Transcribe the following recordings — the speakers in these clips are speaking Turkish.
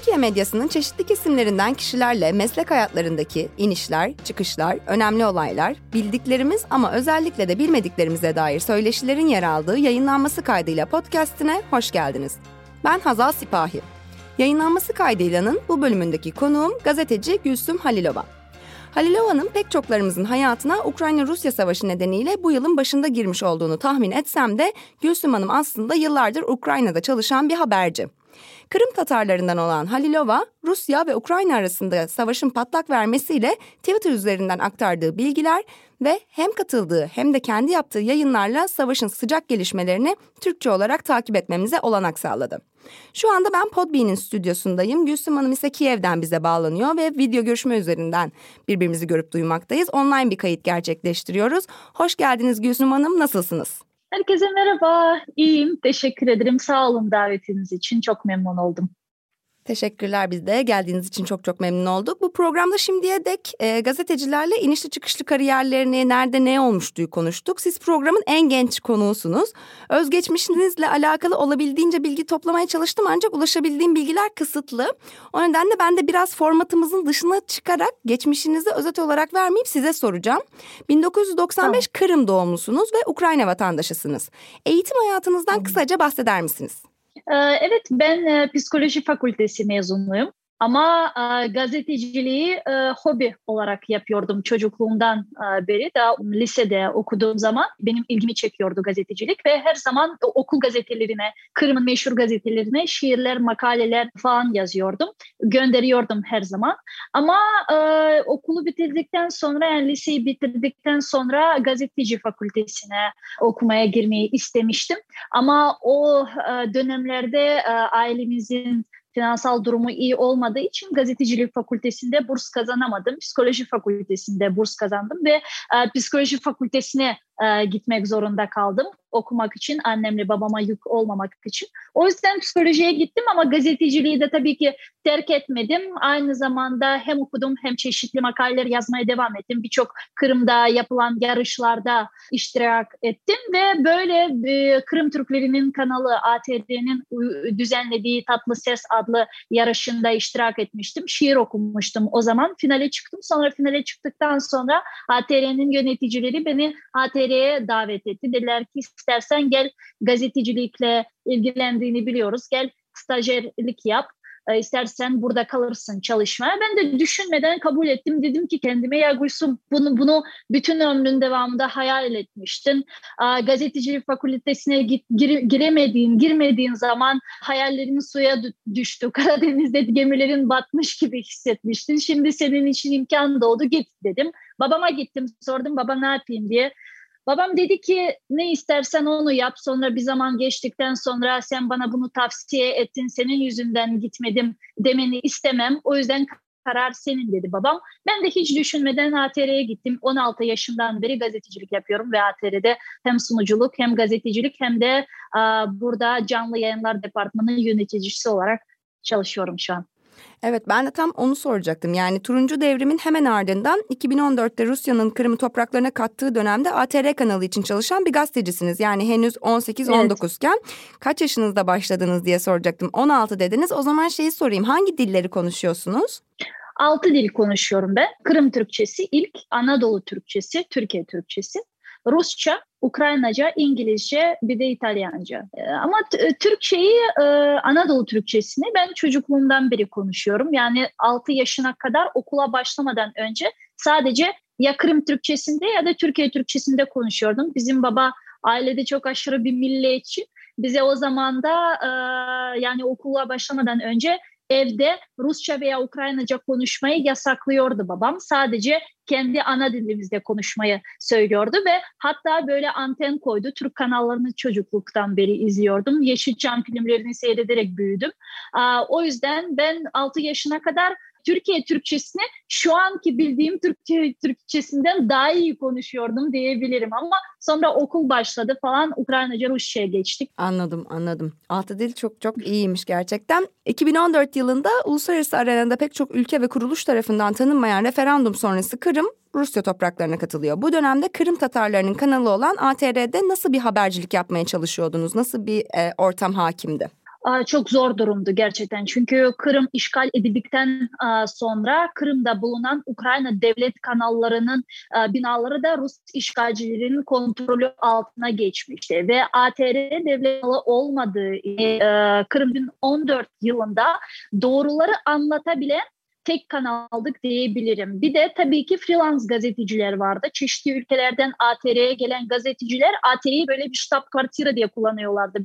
Türkiye medyasının çeşitli kesimlerinden kişilerle meslek hayatlarındaki inişler, çıkışlar, önemli olaylar, bildiklerimiz ama özellikle de bilmediklerimize dair söyleşilerin yer aldığı yayınlanması kaydıyla podcast'ine hoş geldiniz. Ben Hazal Sipahi. Yayınlanması kaydıylanın bu bölümündeki konuğum gazeteci Gülsüm Halilova. Halilova'nın pek çoklarımızın hayatına Ukrayna-Rusya savaşı nedeniyle bu yılın başında girmiş olduğunu tahmin etsem de Gülsüm Hanım aslında yıllardır Ukrayna'da çalışan bir haberci. Kırım Tatarlarından olan Halilova, Rusya ve Ukrayna arasında savaşın patlak vermesiyle Twitter üzerinden aktardığı bilgiler ve hem katıldığı hem de kendi yaptığı yayınlarla savaşın sıcak gelişmelerini Türkçe olarak takip etmemize olanak sağladı. Şu anda ben Podbean'in stüdyosundayım. Gülsüm Hanım ise Kiev'den bize bağlanıyor ve video görüşme üzerinden birbirimizi görüp duymaktayız. Online bir kayıt gerçekleştiriyoruz. Hoş geldiniz Gülsüm Hanım, nasılsınız? Herkese merhaba, iyiyim. Teşekkür ederim. Sağ olun davetiniz için. Çok memnun oldum. Teşekkürler, biz de geldiğiniz için çok memnun olduk. Bu programda şimdiye dek gazetecilerle inişli çıkışlı kariyerlerini, nerede ne olmuştuğu konuştuk. Siz programın en genç konuğusunuz. Özgeçmişinizle alakalı olabildiğince bilgi toplamaya çalıştım ancak ulaşabildiğim bilgiler kısıtlı. O nedenle ben de biraz formatımızın dışına çıkarak geçmişinizi özet olarak vermeyip size soracağım. 1995 Kırım doğumlusunuz ve Ukrayna vatandaşısınız. Eğitim hayatınızdan kısaca bahseder misiniz? Evet, ben psikoloji fakültesi mezunuyum. Ama gazeteciliği hobi olarak yapıyordum çocukluğumdan beri. Daha lisede okuduğum zaman benim ilgimi çekiyordu gazetecilik ve her zaman okul gazetelerine, Kırım'ın meşhur gazetelerine şiirler, makaleler falan yazıyordum. Gönderiyordum her zaman. Ama okulu bitirdikten sonra, yani liseyi bitirdikten sonra gazeteci fakültesine okumaya girmeyi istemiştim. Ama o dönemlerde ailemizin finansal durumu iyi olmadığı için gazetecilik fakültesinde burs kazanamadım. Psikoloji fakültesinde burs kazandım ve psikoloji fakültesine gitmek zorunda kaldım okumak için, annemle babama yük olmamak için. O yüzden psikolojiye gittim ama gazeteciliği de tabii ki terk etmedim. Aynı zamanda hem okudum hem çeşitli makaleler yazmaya devam ettim. Birçok Kırım'da yapılan yarışlarda iştirak ettim ve böyle Kırım Türklerinin kanalı ATR'nin düzenlediği Tatlı Ses adlı yarışında iştirak etmiştim. Şiir okumuştum o zaman. Finale çıktım. Sonra finale çıktıktan sonra ATR'nin yöneticileri beni ATR'ye davet etti. Dediler ki istersen gel, gazetecilikle ilgilendiğini biliyoruz. Gel stajyerlik yap. İstersen burada kalırsın çalışmaya. Ben de düşünmeden kabul ettim. Dedim ki kendime, ya Gülsüm, bunu bütün ömrün devamında hayal etmiştin. Gazetecilik fakültesine girmediğin zaman hayallerin suya düştü. Karadeniz'de gemilerin batmış gibi hissetmiştin. Şimdi senin için imkan doğdu, git dedim. Babama gittim, sordum baba ne yapayım diye. Babam dedi ki ne istersen onu yap. Sonra bir zaman geçtikten sonra sen bana bunu tavsiye ettin, senin yüzünden gitmedim demeni istemem. O yüzden karar senin dedi babam. Ben de hiç düşünmeden ATR'ye gittim. 16 yaşından beri gazetecilik yapıyorum ve ATR'de hem sunuculuk hem gazetecilik hem de burada canlı yayınlar departmanı yöneticisi olarak çalışıyorum şu an. Evet, ben de tam onu soracaktım. Yani Turuncu Devrim'in hemen ardından 2014'te Rusya'nın Kırım'ı topraklarına kattığı dönemde ATR kanalı için çalışan bir gazetecisiniz. Yani henüz 18-19 iken kaç yaşınızda başladınız diye soracaktım. 16 dediniz. O zaman şeyi sorayım. Hangi dilleri konuşuyorsunuz? 6 dil konuşuyorum ben. Kırım Türkçesi ilk, Anadolu Türkçesi, Türkiye Türkçesi, Rusça, Ukraynaca, İngilizce, bir de İtalyanca. Ama Türkçeyi, Anadolu Türkçesini ben çocukluğumdan beri konuşuyorum. Yani 6 yaşına kadar okula başlamadan önce sadece ya Kırım Türkçesinde ya da Türkiye Türkçesinde konuşuyordum. Bizim baba ailede çok aşırı bir milliyetçi. Bize o zaman da yani okula başlamadan önce evde Rusça veya Ukraynaca konuşmayı yasaklıyordu babam. Sadece kendi ana dilimizde konuşmayı söylüyordu ve hatta böyle anten koydu. Türk kanallarını çocukluktan beri izliyordum. Yeşilçam filmlerini seyrederek büyüdüm. O yüzden ben 6 yaşına kadar Türkiye Türkçesini şu anki bildiğim Türkiye Türkçesinden daha iyi konuşuyordum diyebilirim ama sonra okul başladı falan, Ukraynaca, Rusça'ya geçtik. Anladım. 6 dil çok iyiymiş gerçekten. 2014 yılında uluslararası arenada pek çok ülke ve kuruluş tarafından tanınmayan referandum sonrası Kırım Rusya topraklarına katılıyor. Bu dönemde Kırım Tatarlarının kanalı olan ATR'de nasıl bir habercilik yapmaya çalışıyordunuz? Nasıl bir ortam hakimdi? Çok zor durumdu gerçekten. Çünkü Kırım işgal edildikten sonra Kırım'da bulunan Ukrayna devlet kanallarının binaları da Rus işgalcilerinin kontrolü altına geçmişti. Ve ATR devlet kanalı olmadığı Kırım 2014 yılında doğruları anlatabilen tek kanaldık diyebilirim. Bir de tabii ki freelance gazeteciler vardı. Çeşitli ülkelerden ATR'ye gelen gazeteciler ATR'yi böyle bir ştab-kvartira diye kullanıyorlardı.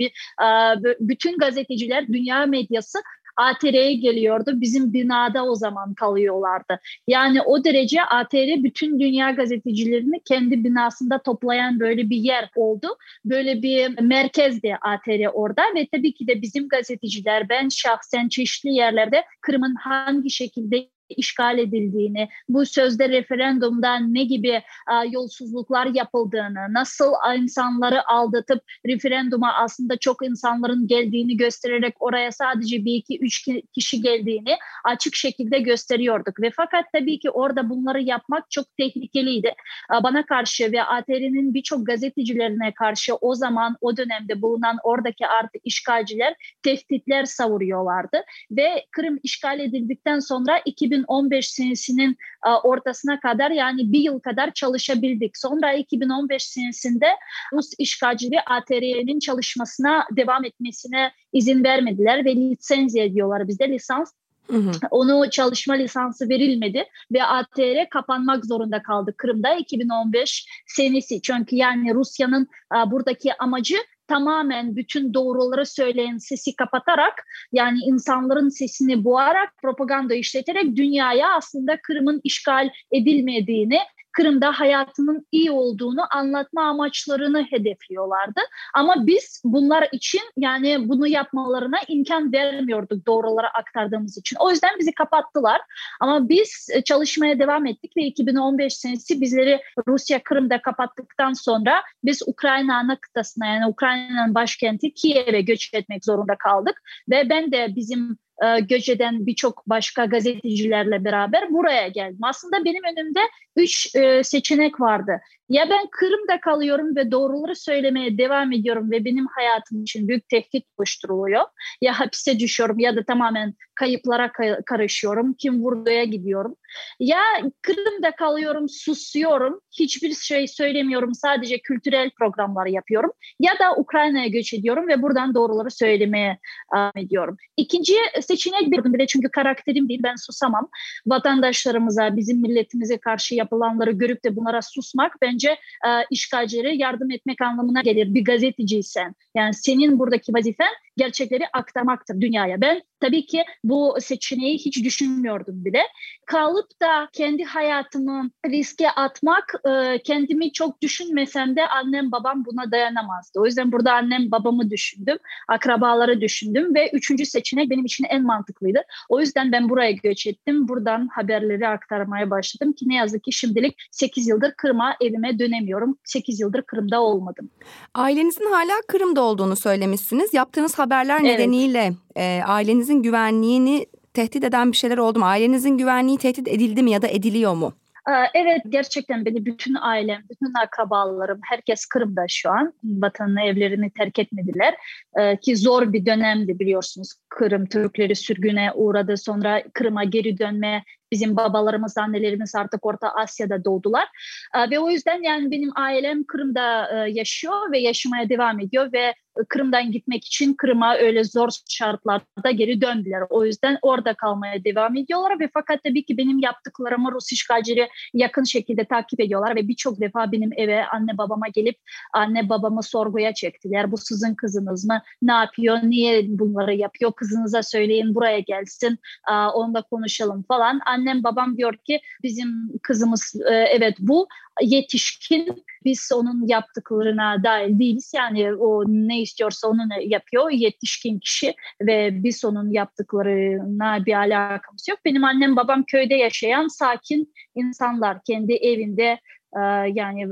Bütün gazeteciler, dünya medyası ATR'ye geliyordu. Bizim binada o zaman kalıyorlardı. Yani o derece ATR bütün dünya gazetecilerini kendi binasında toplayan böyle bir yer oldu. Böyle bir merkezdi ATR orada ve tabii ki de bizim gazeteciler, ben şahsen çeşitli yerlerde Kırım'ın hangi şekilde işgal edildiğini, bu sözde referandumdan ne gibi yolsuzluklar yapıldığını, nasıl insanları aldatıp referanduma aslında çok insanların geldiğini göstererek oraya sadece 1-2-3 kişi geldiğini açık şekilde gösteriyorduk. Ve fakat tabii ki orada bunları yapmak çok tehlikeliydi. Bana karşı ve ATR'nin birçok gazetecilerine karşı o zaman o dönemde bulunan oradaki artık işgalciler tehditler savuruyorlardı. Ve Kırım işgal edildikten sonra 2015 senesinin ortasına kadar, yani bir yıl kadar çalışabildik. Sonra 2015 senesinde Rus işgalcileri ATR'nin çalışmasına devam etmesine izin vermediler ve lisenziye diyorlar bizde, lisans. Hı hı. Onu çalışma lisansı verilmedi ve ATR kapanmak zorunda kaldı Kırım'da 2015 senesi. Çünkü yani Rusya'nın buradaki amacı tamamen bütün doğruları söyleyen sesi kapatarak, yani insanların sesini boğarak, propaganda işleterek dünyaya aslında Kırım'ın işgal edilmediğini, Kırım'da hayatının iyi olduğunu anlatma amaçlarını hedefliyorlardı. Ama biz bunlar için yani bunu yapmalarına imkan vermiyorduk doğruları aktardığımız için. O yüzden bizi kapattılar. Ama biz çalışmaya devam ettik ve 2015 senesi bizleri Rusya Kırım'da kapattıktan sonra biz Ukrayna ana kıtasına, yani Ukrayna'nın başkenti Kiev'e göç etmek zorunda kaldık. Ve ben de bizim göç eden birçok başka gazetecilerle beraber buraya geldim. Aslında benim önümde 3 seçenek vardı. Ya ben Kırım'da kalıyorum ve doğruları söylemeye devam ediyorum ve benim hayatım için büyük tehdit oluşturuluyor. Ya hapise düşüyorum ya da tamamen kayıplara karışıyorum. Kim vurduya gidiyorum. Ya Kırım'da kalıyorum, susuyorum, hiçbir şey söylemiyorum, sadece kültürel programlar yapıyorum. Ya da Ukrayna'ya göç ediyorum ve buradan doğruları söylemeye ediyorum. İkinci seçenek bile, çünkü karakterim değil, ben susamam. Vatandaşlarımıza, bizim milletimize karşı yapılanları görüp de bunlara susmak bence işgalcilere yardım etmek anlamına gelir. Bir gazeteciysen, yani senin buradaki vazifen gerçekleri aktarmaktır dünyaya. Ben tabii ki bu seçeneği hiç düşünmüyordum bile. Kalıp da kendi hayatımı riske atmak, kendimi çok düşünmesem de annem babam buna dayanamazdı. O yüzden burada annem babamı düşündüm, akrabaları düşündüm ve üçüncü seçenek benim için en mantıklıydı. O yüzden ben buraya göç ettim. Buradan haberleri aktarmaya başladım ki ne yazık ki şimdilik 8 yıldır Kırım'a, evime dönemiyorum. 8 yıldır Kırım'da olmadım. Ailenizin hala Kırım'da olduğunu söylemişsiniz. Yaptığınız haberler nedeniyle ailenizin güvenliğini tehdit eden bir şeyler oldu mu? Ailenizin güvenliği tehdit edildi mi ya da ediliyor mu? Evet, gerçekten beni bütün ailem, bütün akrabalarım, herkes Kırım'da şu an. Vatanını, evlerini terk etmediler. Ki zor bir dönemdi, biliyorsunuz. Kırım Türkleri sürgüne uğradı. Sonra Kırım'a geri dönme, bizim babalarımız, annelerimiz artık Orta Asya'da doğdular. Ve o yüzden yani benim ailem Kırım'da yaşıyor ve yaşamaya devam ediyor ve Kırım'dan gitmek için Kırım'a öyle zor şartlarda geri döndüler. O yüzden orada kalmaya devam ediyorlar ve fakat tabii ki benim yaptıklarımı Rus işgalcileri yakın şekilde takip ediyorlar ve birçok defa benim eve, anne babama gelip anne babamı sorguya çektiler. Bu sizin kızınız mı? Ne yapıyor? Niye bunları yapıyor? Kızınıza söyleyin, buraya gelsin. Onunla konuşalım falan. Annem babam diyor ki bizim kızımız evet bu yetişkin, biz onun yaptıklarına dahil değiliz. Yani o ne istiyorsa onu yapıyor, yetişkin kişi ve biz onun yaptıklarına bir alakamız yok. Benim annem babam köyde yaşayan sakin insanlar, kendi evinde yani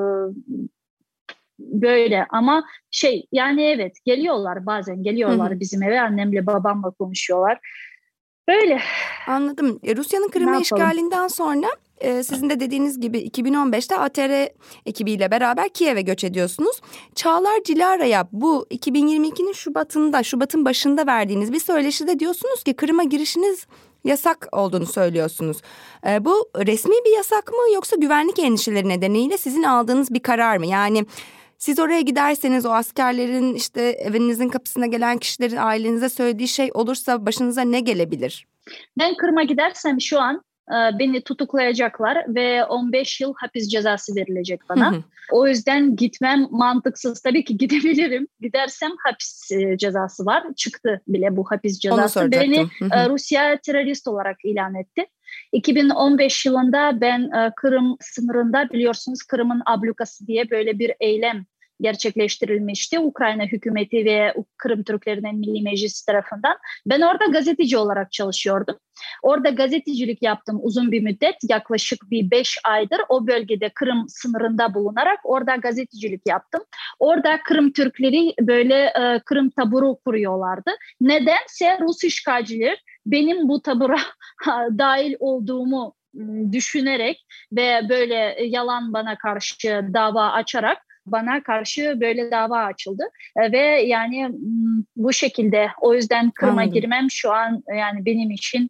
böyle ama yani evet, geliyorlar, bazen geliyorlar bizim eve, annemle babamla konuşuyorlar. Böyle. Anladım. Rusya'nın Ne Kırım'ı yapalım? işgalinden sonra sizin de dediğiniz gibi 2015'te ATR ekibiyle beraber Kiev'e göç ediyorsunuz. Çağlar Cilara'ya bu 2022'nin Şubat'ın başında verdiğiniz bir söyleşide diyorsunuz ki Kırım'a girişiniz yasak olduğunu söylüyorsunuz. Bu resmi bir yasak mı yoksa güvenlik endişeleri nedeniyle sizin aldığınız bir karar mı? Yani siz oraya giderseniz o askerlerin işte evinizin kapısına gelen kişilerin ailenize söylediği şey olursa başınıza ne gelebilir? Ben Kırım'a gidersem şu an beni tutuklayacaklar ve 15 yıl hapis cezası verilecek bana. O yüzden gitmem mantıksız. Tabii ki gidebilirim. Gidersem hapis cezası var. Çıktı bile bu hapis Onu cezası. Beni soracaktım. Rusya terörist olarak ilan etti. 2015 yılında ben Kırım sınırında, biliyorsunuz, Kırım'ın ablukası diye böyle bir eylem gerçekleştirilmişti Ukrayna hükümeti ve Kırım Türklerinin Milli Meclisi tarafından. Ben orada gazeteci olarak çalışıyordum. Orada gazetecilik yaptım uzun bir müddet, yaklaşık bir 5 aydır o bölgede Kırım sınırında bulunarak orada gazetecilik yaptım. Orada Kırım Türkleri böyle Kırım taburu kuruyorlardı. Nedense Rus işgalciler benim bu tabura dahil olduğumu düşünerek ve böyle yalan bana karşı dava açarak bana karşı böyle dava açıldı. Ve yani bu şekilde, o yüzden Kırım'a Anladım. girmem şu an yani benim için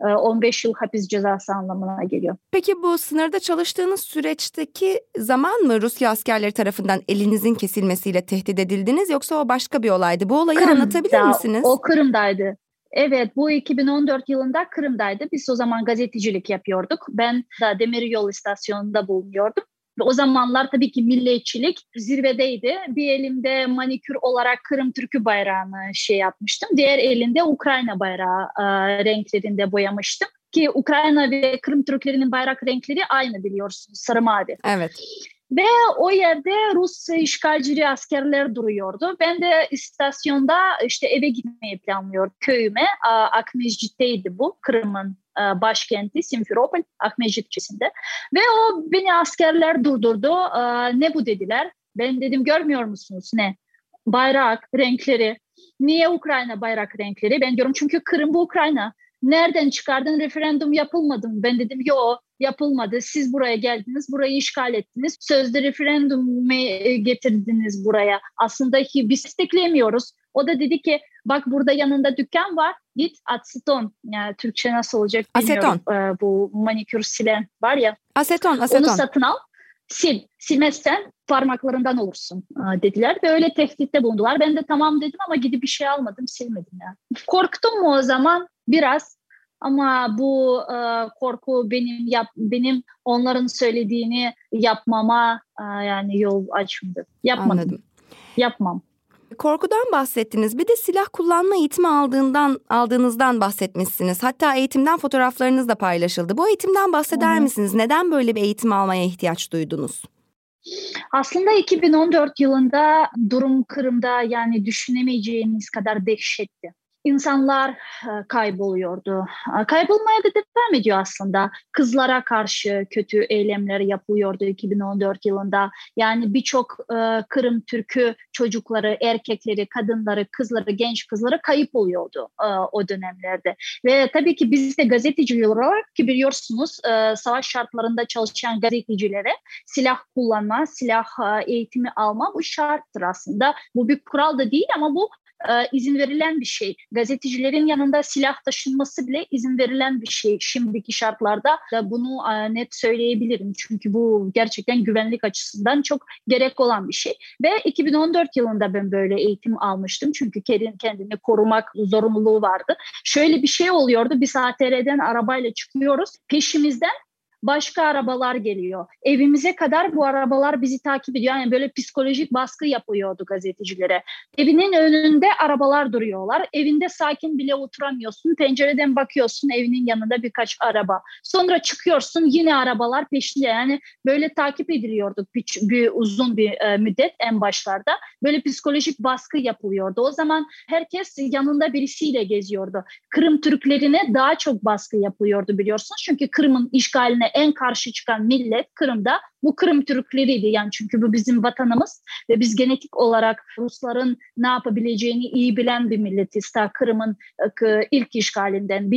15 yıl hapis cezası anlamına geliyor. Peki bu sınırda çalıştığınız süreçteki zaman mı Rusya askerleri tarafından elinizin kesilmesiyle tehdit edildiniz yoksa o başka bir olaydı? Bu olayı anlatabilir misiniz? O Kırım'daydı. Evet, bu 2014 yılında Kırım'daydı. Biz o zaman gazetecilik yapıyorduk. Ben da Demiryolu istasyonunda bulunuyordum. Ve o zamanlar tabii ki milliyetçilik zirvedeydi. Bir elimde manikür olarak Kırım Türk'ü bayrağını yapmıştım. Diğer elinde Ukrayna bayrağı renklerinde boyamıştım. Ki Ukrayna ve Kırım Türklerinin bayrak renkleri aynı, biliyorsunuz, sarı mavi. Evet. Ve o yerde Rus işgalci askerler duruyordu. Ben de istasyonda işte eve gitmeyi planlıyordum köyüme. Akmejit'teydi bu, Kırım'ın başkenti Simferopol, Akmejitçisinde. Ve beni askerler durdurdu. Ne bu dediler. Ben dedim, görmüyor musunuz ne? Bayrak renkleri. Niye Ukrayna bayrak renkleri? Ben diyorum çünkü Kırım bu Ukrayna. Nereden çıkardın? Referandum yapılmadı mı? Ben dedim yok, yapılmadı. Siz buraya geldiniz, burayı işgal ettiniz. Sözde referandumu getirdiniz buraya. Aslında ki biz desteklemiyoruz. O da dedi ki bak burada yanında dükkan var. Git aseton. Yani Türkçe nasıl olacak bilmiyorum. Aseton. Bu manikür silen var ya. Aseton. Onu satın al. Sil. Silmezsen parmaklarından olursun dediler ve öyle tehditte bulundular. Ben de tamam dedim ama gidip bir şey almadım, silmedim ya. Korktum mu o zaman? Biraz. Ama bu korku benim onların söylediğini yapmama yani yol açmadı. Yapmadım. Anladım. Yapmam. Korkudan bahsettiniz. Bir de silah kullanma eğitimi aldığınızdan bahsetmişsiniz. Hatta eğitimden fotoğraflarınız da paylaşıldı. Bu eğitimden bahseder misiniz? Neden böyle bir eğitim almaya ihtiyaç duydunuz? Aslında 2014 yılında durum Kırım'da yani düşünemeyeceğiniz kadar dehşetti. İnsanlar kayboluyordu. Kaybolmaya da devam ediyor aslında. Kızlara karşı kötü eylemler yapılıyordu 2014 yılında. Yani birçok Kırım Türk'ü çocukları, erkekleri, kadınları, kızları, genç kızları kayıp oluyordu o dönemlerde. Ve tabii ki biz de gazeteciler olarak, ki biliyorsunuz savaş şartlarında çalışan gazetecilere silah kullanma, silah eğitimi alma bu şarttır aslında. Bu bir kural da değil ama bu izin verilen bir şey. Gazetecilerin yanında silah taşınması bile izin verilen bir şey. Şimdiki şartlarda da bunu net söyleyebilirim. Çünkü bu gerçekten güvenlik açısından çok gerek olan bir şey. Ve 2014 yılında ben böyle eğitim almıştım. Çünkü kendini korumak zorunluluğu vardı. Şöyle bir şey oluyordu. Biz ATR'den arabayla çıkıyoruz. Peşimizden başka arabalar geliyor. Evimize kadar bu arabalar bizi takip ediyor. Yani böyle psikolojik baskı yapıyordu gazetecilere. Evinin önünde arabalar duruyorlar. Evinde sakin bile oturamıyorsun. Pencereden bakıyorsun, evinin yanında birkaç araba. Sonra çıkıyorsun, yine arabalar peşinde. Yani böyle takip ediliyorduk uzun bir müddet en başlarda. Böyle psikolojik baskı yapılıyordu. O zaman herkes yanında birisiyle geziyordu. Kırım Türklerine daha çok baskı yapılıyordu, biliyorsunuz. Çünkü Kırım'ın işgaline en karşı çıkan millet Kırım'da bu Kırım Türkleriydi. Yani çünkü bu bizim vatanımız ve biz genetik olarak Rusların ne yapabileceğini iyi bilen bir milletiz. Ta Kırım'ın ilk işgalinden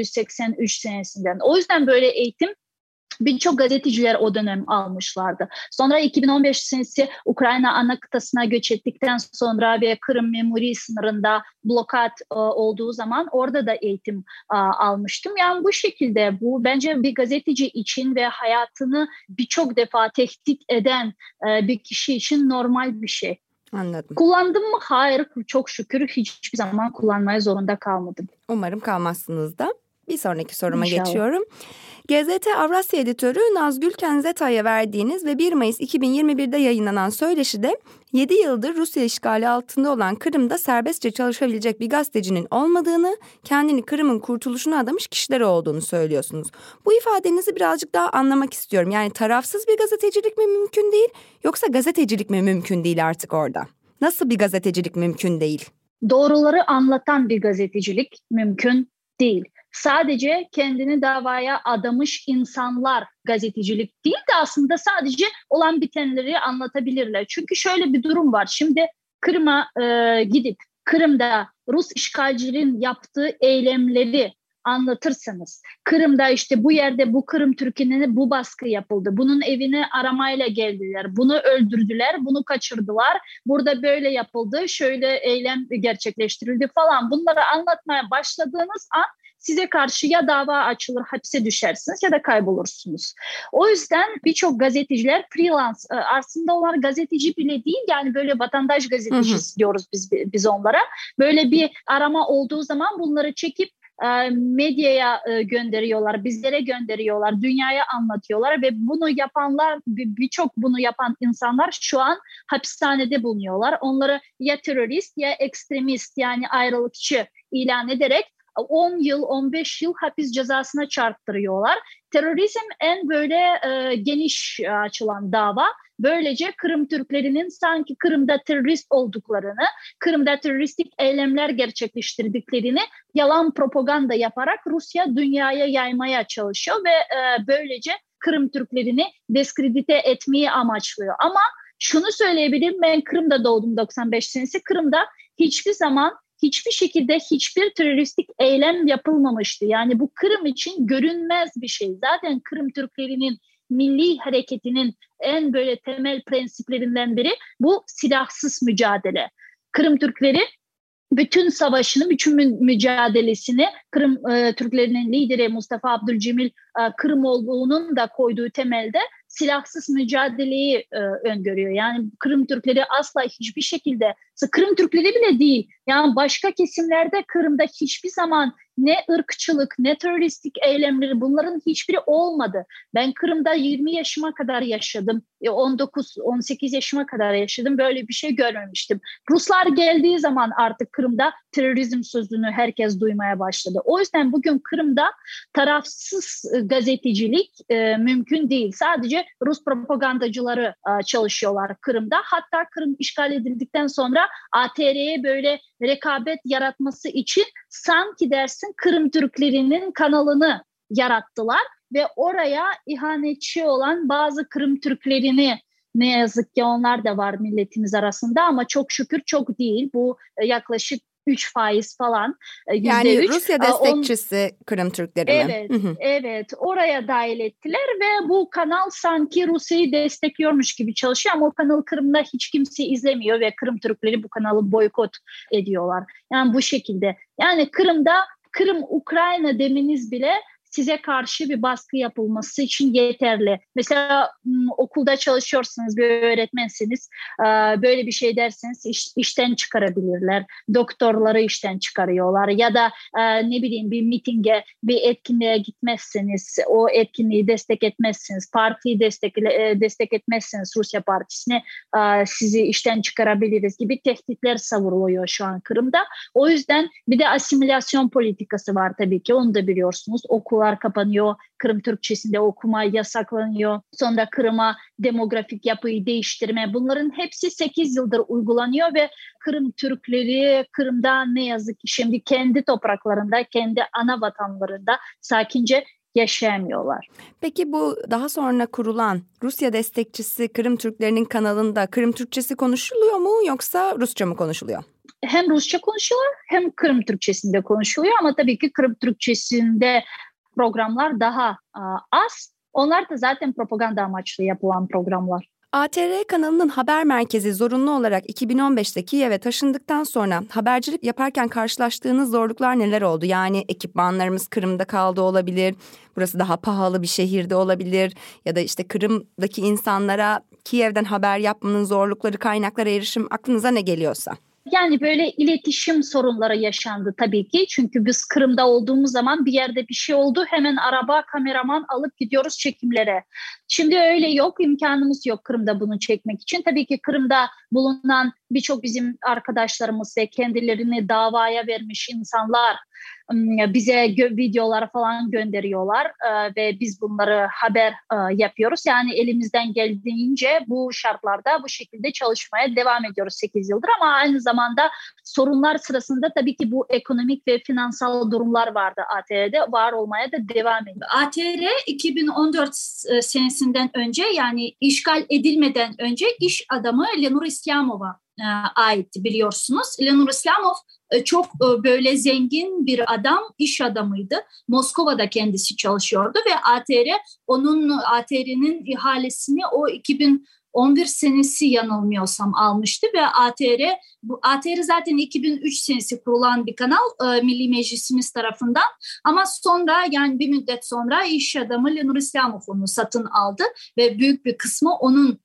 1783 senesinden. O yüzden böyle eğitim birçok gazeteciler o dönem almışlardı. Sonra 2015 senesi Ukrayna ana kıtasına göç ettikten sonra ve Kırım Memuri sınırında blokad olduğu zaman orada da eğitim almıştım. Yani bu şekilde bu bence bir gazeteci için ve hayatını birçok defa tehdit eden bir kişi için normal bir şey. Anladım. Kullandım mı? Hayır. Çok şükür hiçbir zaman kullanmaya zorunda kalmadım. Umarım kalmazsınız da. Bir sonraki soruma İnşallah. geçiyorum. GZT Avrasya Editörü Nazgül Kenzetay'a verdiğiniz ve 1 Mayıs 2021'de yayınlanan söyleşide 7 yıldır Rusya işgali altında olan Kırım'da serbestçe çalışabilecek bir gazetecinin olmadığını, kendini Kırım'ın kurtuluşuna adamış kişiler olduğunu söylüyorsunuz. Bu ifadenizi birazcık daha anlamak istiyorum. Yani tarafsız bir gazetecilik mi mümkün değil, yoksa gazetecilik mi mümkün değil artık orada? Nasıl bir gazetecilik mümkün değil? Doğruları anlatan bir gazetecilik mümkün değil. Sadece kendini davaya adamış insanlar gazetecilik değil de aslında sadece olan bitenleri anlatabilirler. Çünkü şöyle bir durum var. Şimdi Kırım'a gidip Kırım'da Rus işgalcilerin yaptığı eylemleri anlatırsanız, Kırım'da işte bu yerde bu Kırım Türk'üne bu baskı yapıldı, bunun evine aramayla geldiler, bunu öldürdüler, bunu kaçırdılar, burada böyle yapıldı, şöyle eylem gerçekleştirildi falan, bunları anlatmaya başladığınız an size karşı ya dava açılır, hapse düşersiniz ya da kaybolursunuz. O yüzden birçok gazeteciler freelance, aslında onlar gazeteci bile değil, yani böyle vatandaş gazetecisi diyoruz biz onlara. Böyle bir arama olduğu zaman bunları çekip medyaya gönderiyorlar, bizlere gönderiyorlar, dünyaya anlatıyorlar ve bunu yapanlar, birçok bunu yapan insanlar şu an hapishanede bulunuyorlar. Onları ya terörist ya ekstremist, yani ayrılıkçı ilan ederek 10 yıl, 15 yıl hapis cezasına çarptırıyorlar. Terörizm en böyle geniş açılan dava. Böylece Kırım Türklerinin sanki Kırım'da terörist olduklarını, Kırım'da teröristik eylemler gerçekleştirdiklerini yalan propaganda yaparak Rusya dünyaya yaymaya çalışıyor ve böylece Kırım Türklerini diskredite etmeyi amaçlıyor. Ama şunu söyleyebilirim, ben Kırım'da doğdum 95 senesi. Kırım'da hiçbir zaman hiçbir şekilde hiçbir teröristik eylem yapılmamıştı. Yani bu Kırım için görünmez bir şey. Zaten Kırım Türklerinin milli hareketinin en böyle temel prensiplerinden biri bu silahsız mücadele. Kırım Türkleri bütün savaşını, bütün mücadelesini Kırım Türklerinin lideri Mustafa Abdülcemil Kırımoğlu'nun da koyduğu temelde silahsız mücadeleyi öngörüyor. Yani Kırım Türkleri asla hiçbir şekilde, Kırım Türkleri bile değil, yani başka kesimlerde Kırım'da hiçbir zaman ne ırkçılık ne teröristik eylemleri, bunların hiçbiri olmadı. Ben Kırım'da 20 yaşıma kadar yaşadım. 19-18 yaşıma kadar yaşadım. Böyle bir şey görmemiştim. Ruslar geldiği zaman artık Kırım'da terörizm sözünü herkes duymaya başladı. O yüzden bugün Kırım'da tarafsız gazetecilik mümkün değil. Sadece Rus propagandacıları çalışıyorlar Kırım'da. Hatta Kırım işgal edildikten sonra ATR'ye böyle rekabet yaratması için sanki dersin Kırım Türklerinin kanalını yarattılar ve oraya ihanetçi olan bazı Kırım Türklerini, ne yazık ki onlar da var milletimiz arasında ama çok şükür çok değil. Bu yaklaşık 3% falan. Yani Rusya destekçisi Kırım Türkleri mi? Evet. Oraya dahil ettiler ve bu kanal sanki Rusya'yı destekliyormuş gibi çalışıyor ama o kanalı Kırım'da hiç kimse izlemiyor ve Kırım Türkleri bu kanalı boykot ediyorlar. Yani bu şekilde. Yani Kırım'da, Kırım Ukrayna demeniz bile size karşı bir baskı yapılması için yeterli. Mesela okulda çalışıyorsanız, bir öğretmensiniz, böyle bir şey derseniz işten çıkarabilirler. Doktorları işten çıkarıyorlar ya da ne bileyim bir mitinge, bir etkinliğe gitmezseniz, o etkinliği destek etmezsiniz, partiyi destek etmezseniz Rusya partisine sizi işten çıkarabiliriz gibi tehditler savuruluyor şu an Kırım'da. O yüzden bir de asimilasyon politikası var tabii ki, onu da biliyorsunuz. Okullar kapanıyor, Kırım Türkçesinde okuma yasaklanıyor. Sonra Kırım'a demografik yapıyı değiştirme, bunların hepsi 8 yıldır uygulanıyor ve Kırım Türkleri Kırım'da ne yazık ki şimdi kendi topraklarında, kendi ana vatanlarında sakince yaşayamıyorlar. Peki bu daha sonra kurulan Rusya destekçisi Kırım Türklerinin kanalında Kırım Türkçesi konuşuluyor mu yoksa Rusça mı konuşuluyor? Hem Rusça konuşuyorlar hem Kırım Türkçesinde konuşuluyor ama tabii ki Kırım Türkçesinde programlar daha az. Onlar da zaten propaganda amaçlı yapılan programlar. ATR kanalının haber merkezi zorunlu olarak 2015'te Kiev'e taşındıktan sonra habercilik yaparken karşılaştığınız zorluklar neler oldu? Yani ekipmanlarımız Kırım'da kaldı olabilir, burası daha pahalı bir şehirde olabilir ya da işte Kırım'daki insanlara Kiev'den haber yapmanın zorlukları, kaynaklara erişim aklınıza ne geliyorsa. Yani böyle iletişim sorunları yaşandı tabii ki. Çünkü biz Kırım'da olduğumuz zaman bir yerde bir şey oldu. Hemen araba, kameraman alıp gidiyoruz çekimlere. Şimdi öyle yok, imkanımız yok Kırım'da bunu çekmek için. Tabii ki Kırım'da bulunan birçok bizim arkadaşlarımız ve kendilerini davaya vermiş insanlar bize videolar falan gönderiyorlar ve biz bunları haber yapıyoruz. Yani elimizden geldiğince bu şartlarda bu şekilde çalışmaya devam ediyoruz 8 yıldır ama aynı zamanda sorunlar sırasında tabii ki bu ekonomik ve finansal durumlar vardı ATR'de, var olmaya da devam ediyor. ATR 2014 senesinden önce, yani işgal edilmeden önce iş adamı Lenur İslamov'a aitti, biliyorsunuz. Lenur İslamov çok böyle zengin bir adam, iş adamıydı. Moskova'da kendisi çalışıyordu ve ATR'nin ihalesini o 2011 senesi yanılmıyorsam almıştı ve ATR zaten 2003 senesi kurulan bir kanal Milli Meclisimiz tarafından, ama sonra, yani bir müddet sonra iş adamı Lenur İslamov onu satın aldı ve büyük bir kısmı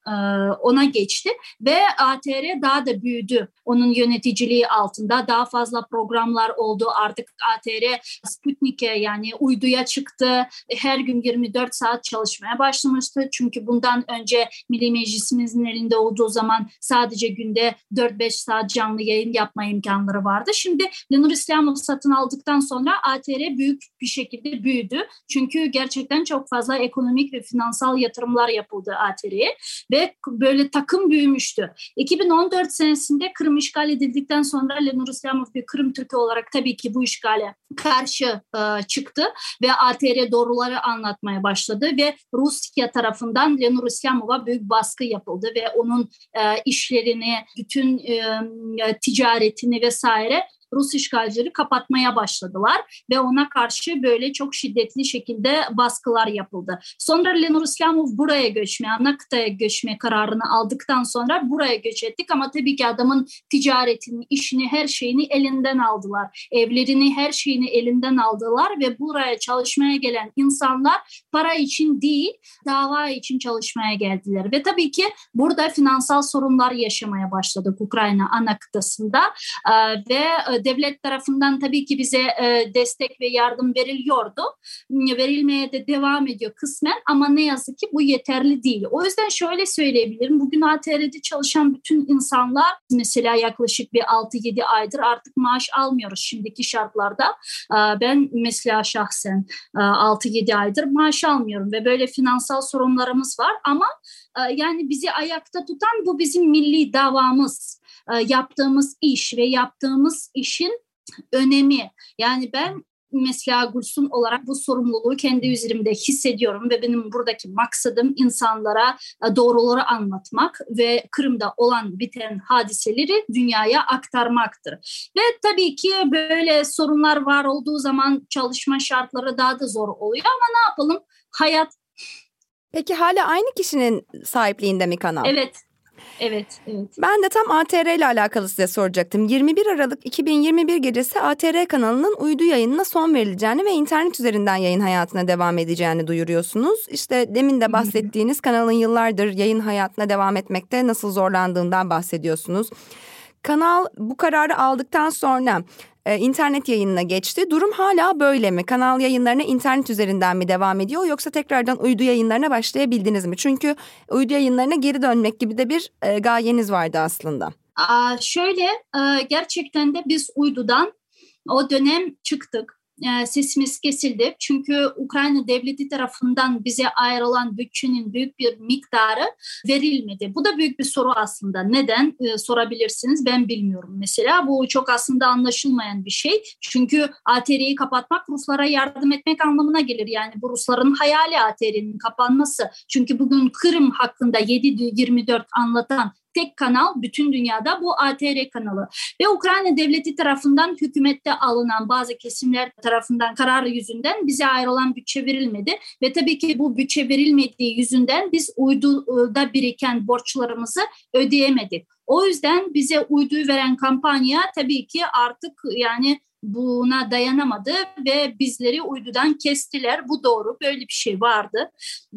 ona geçti ve ATR daha da büyüdü. Onun yöneticiliği altında daha fazla programlar oldu. Artık ATR Sputnik'e, yani uyduya çıktı. Her gün 24 saat çalışmaya başlamıştı. Çünkü bundan önce Milli Meclisimizin elinde olduğu zaman sadece günde 4-5 saat canlı yayın yapma imkanları vardı. Şimdi Lenur İslamov satın aldıktan sonra ATR büyük bir şekilde büyüdü. Çünkü gerçekten çok fazla ekonomik ve finansal yatırımlar yapıldı ATR'ye ve böyle takım büyümüştü. 2014 senesinde Kırım işgal edildikten sonra Lenur İslamov bir Kırım Türk'ü olarak tabii ki bu işgale karşı çıktı ve ATR doğruları anlatmaya başladı ve Rusya tarafından Lenur İslamov'a büyük baskı yapıldı ve onun işlerini, bütün ticaretini vesaire Rus işgalcileri kapatmaya başladılar ve ona karşı böyle çok şiddetli şekilde baskılar yapıldı. Sonra Lenur İslamov buraya göçme, Anakıta'ya göçme kararını aldıktan sonra buraya göç ettik ama tabii ki adamın ticaretini, işini, her şeyini elinden aldılar. Evlerini, her şeyini elinden aldılar ve buraya çalışmaya gelen insanlar para için değil, dava için çalışmaya geldiler. Ve tabii ki burada finansal sorunlar yaşamaya başladık Ukrayna Anakıtası'nda ve devlet tarafından tabii ki bize destek ve yardım veriliyordu. Verilmeye de devam ediyor kısmen ama ne yazık ki bu yeterli değil. O yüzden şöyle söyleyebilirim. Bugün ATR'de çalışan bütün insanlar mesela yaklaşık bir 6-7 aydır artık maaş almıyoruz şimdiki şartlarda. Ben mesela şahsen 6-7 aydır maaş almıyorum ve böyle finansal sorunlarımız var ama yani bizi ayakta tutan bu bizim milli davamız. Yaptığımız iş ve yaptığımız işin önemi. Yani ben mesela Gülsüm olarak bu sorumluluğu kendi üzerimde hissediyorum ve benim buradaki maksadım insanlara doğruları anlatmak ve Kırım'da olan biten hadiseleri dünyaya aktarmaktır. Ve tabii ki böyle sorunlar var olduğu zaman çalışma şartları daha da zor oluyor ama ne yapalım? Hayat. Peki hala aynı kişinin sahipliğinde mi kanal? Evet. Ben de tam ATR ile alakalı size soracaktım. 21 Aralık 2021 gecesi ATR kanalının uydu yayınına son verileceğini ve internet üzerinden yayın hayatına devam edeceğini duyuruyorsunuz. İşte demin de bahsettiğiniz kanalın yıllardır yayın hayatına devam etmekte nasıl zorlandığından bahsediyorsunuz. Kanal bu kararı aldıktan sonra internet yayınına geçti. Durum hala böyle mi? Kanal yayınlarına internet üzerinden mi devam ediyor yoksa tekrardan uydu yayınlarına başlayabildiniz mi? Çünkü uydu yayınlarına geri dönmek gibi de bir gayeniz vardı aslında. Gerçekten de biz uydudan o dönem çıktık. sesimiz kesildi. Çünkü Ukrayna devleti tarafından bize ayrılan bütçenin büyük bir miktarı verilmedi. Bu da büyük bir soru aslında. Neden sorabilirsiniz? Ben bilmiyorum mesela. Bu çok aslında anlaşılmayan bir şey. Çünkü ATR'yi kapatmak Ruslara yardım etmek anlamına gelir. Yani bu Rusların hayali ATR'nin kapanması. Çünkü bugün Kırım hakkında 7/24 anlatan tek kanal bütün dünyada bu ATR kanalı. Ve Ukrayna devleti tarafından hükümette alınan bazı kesimler tarafından karar yüzünden bize ayrılan bütçe verilmedi. Ve tabii ki bu bütçe verilmediği yüzünden biz uyduda biriken borçlarımızı ödeyemedik. O yüzden bize uyduyu veren kampanya tabii ki artık yani buna dayanamadı ve bizleri uydudan kestiler. Bu doğru, böyle bir şey vardı.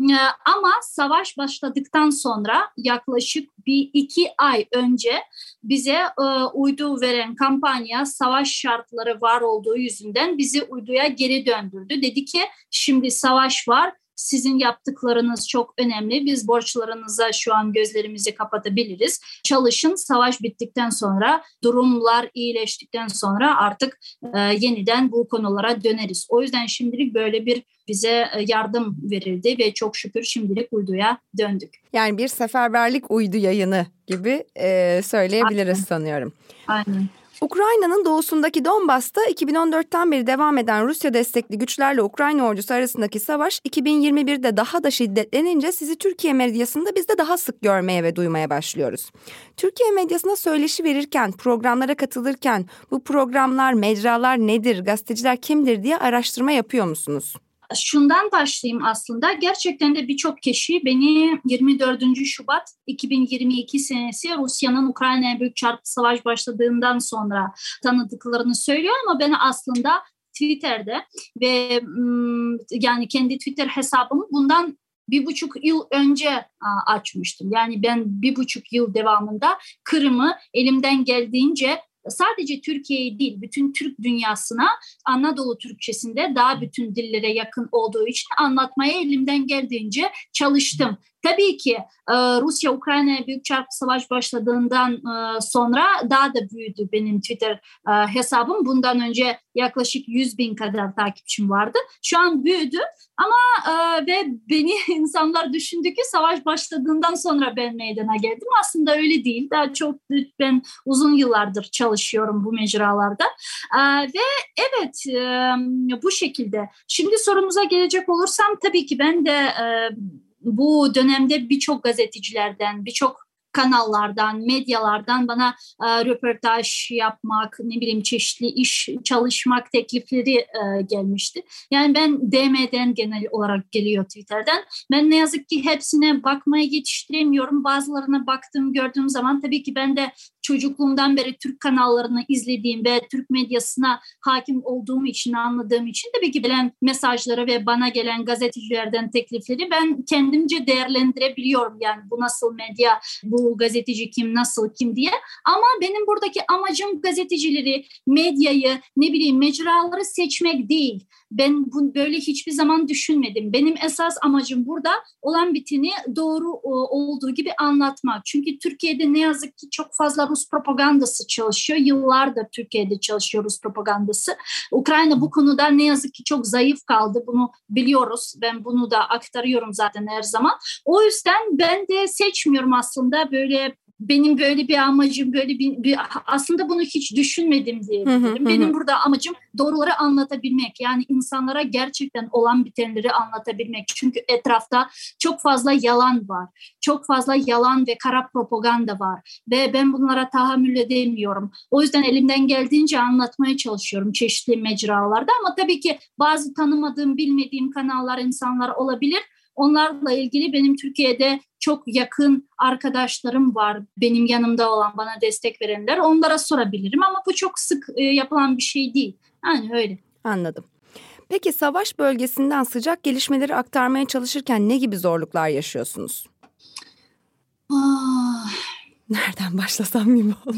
Ama savaş başladıktan sonra yaklaşık 1-2 ay önce bize uydu veren kampanya savaş şartları var olduğu yüzünden bizi uyduya geri döndürdü. Dedi ki şimdi savaş var. Sizin yaptıklarınız çok önemli. Biz borçlarınıza şu an gözlerimizi kapatabiliriz. Çalışın, savaş bittikten sonra, durumlar iyileştikten sonra artık yeniden bu konulara döneriz. O yüzden şimdilik böyle bir bize yardım verildi ve çok şükür şimdilik uyduya döndük. Yani bir seferberlik uydu yayını gibi söyleyebiliriz sanıyorum. Aynen. Ukrayna'nın doğusundaki Donbas'ta 2014'ten beri devam eden Rusya destekli güçlerle Ukrayna ordusu arasındaki savaş 2021'de daha da şiddetlenince sizi Türkiye medyasında biz de daha sık görmeye ve duymaya başlıyoruz. Türkiye medyasına söyleşi verirken, programlara katılırken bu programlar, mecralar nedir, gazeteciler kimdir diye araştırma yapıyor musunuz? Şundan başlayayım aslında. Gerçekten de birçok kişi beni 24. Şubat 2022 senesi Rusya'nın Ukrayna'ya büyük çarpıcı savaş başladığından sonra tanıdıklarını söylüyor ama ben aslında Twitter'de ve yani kendi Twitter hesabımı bundan 1,5 yıl önce açmıştım. Yani ben 1,5 yıl devamında Kırım'ı elimden geldiğince sadece Türkiye'ye değil, bütün Türk dünyasına Anadolu Türkçesinde daha bütün dillere yakın olduğu için anlatmaya elimden geldiğince çalıştım. Tabii ki Rusya Ukrayna'ya büyük çarpıcı savaş başladığından sonra daha da büyüdü benim Twitter hesabım. Bundan önce yaklaşık 100.000 kadar takipçim vardı. Şu an büyüdü ama ve beni insanlar düşündü ki savaş başladığından sonra ben meydana geldim. Aslında öyle değil. Daha çok ben uzun yıllardır çalışıyorum bu mecralarda. Ve evet bu şekilde. Şimdi sorumuza gelecek olursam tabii ki ben de bu dönemde birçok gazetecilerden, birçok kanallardan, medyalardan bana röportaj yapmak, ne bileyim çeşitli iş çalışmak teklifleri gelmişti. Yani ben DM'den genel olarak geliyor Twitter'den. Ben ne yazık ki hepsine bakmaya yetiştiremiyorum. Bazılarına baktığım, gördüğüm zaman tabii ki ben de çocukluğumdan beri Türk kanallarını izlediğim ve Türk medyasına hakim olduğum için, anladığım için tabii ki gelen mesajları ve bana gelen gazetecilerden teklifleri ben kendimce değerlendirebiliyorum. Yani bu nasıl medya, bu gazeteci kim, nasıl, kim diye. Ama benim buradaki amacım gazetecileri, medyayı, ne bileyim mecraları seçmek değil. Ben böyle hiçbir zaman düşünmedim. Benim esas amacım burada olan biteni doğru olduğu gibi anlatmak. Çünkü Türkiye'de ne yazık ki çok fazla Rus propagandası çalışıyor. Yıllardır Türkiye'de çalışıyor Rus propagandası. Ukrayna bu konuda ne yazık ki çok zayıf kaldı. Bunu biliyoruz. Ben bunu da aktarıyorum zaten her zaman. O yüzden ben de seçmiyorum aslında böyle. Benim böyle bir amacım, böyle bir aslında bunu hiç düşünmedim diyebilirim. Benim burada amacım doğruları anlatabilmek. Yani insanlara gerçekten olan bitenleri anlatabilmek. Çünkü etrafta çok fazla yalan var. Çok fazla yalan ve kara propaganda var. Ve ben bunlara tahammül edemiyorum. O yüzden elimden geldiğince anlatmaya çalışıyorum çeşitli mecralarda. Ama tabii ki bazı tanımadığım, bilmediğim kanallar, insanlar olabilir. Onlarla ilgili benim Türkiye'de çok yakın arkadaşlarım var. Benim yanımda olan, bana destek verenler. Onlara sorabilirim ama bu çok sık yapılan bir şey değil. Yani öyle. Anladım. Peki savaş bölgesinden sıcak gelişmeleri aktarmaya çalışırken ne gibi zorluklar yaşıyorsunuz? Nereden başlasam gibi oldu.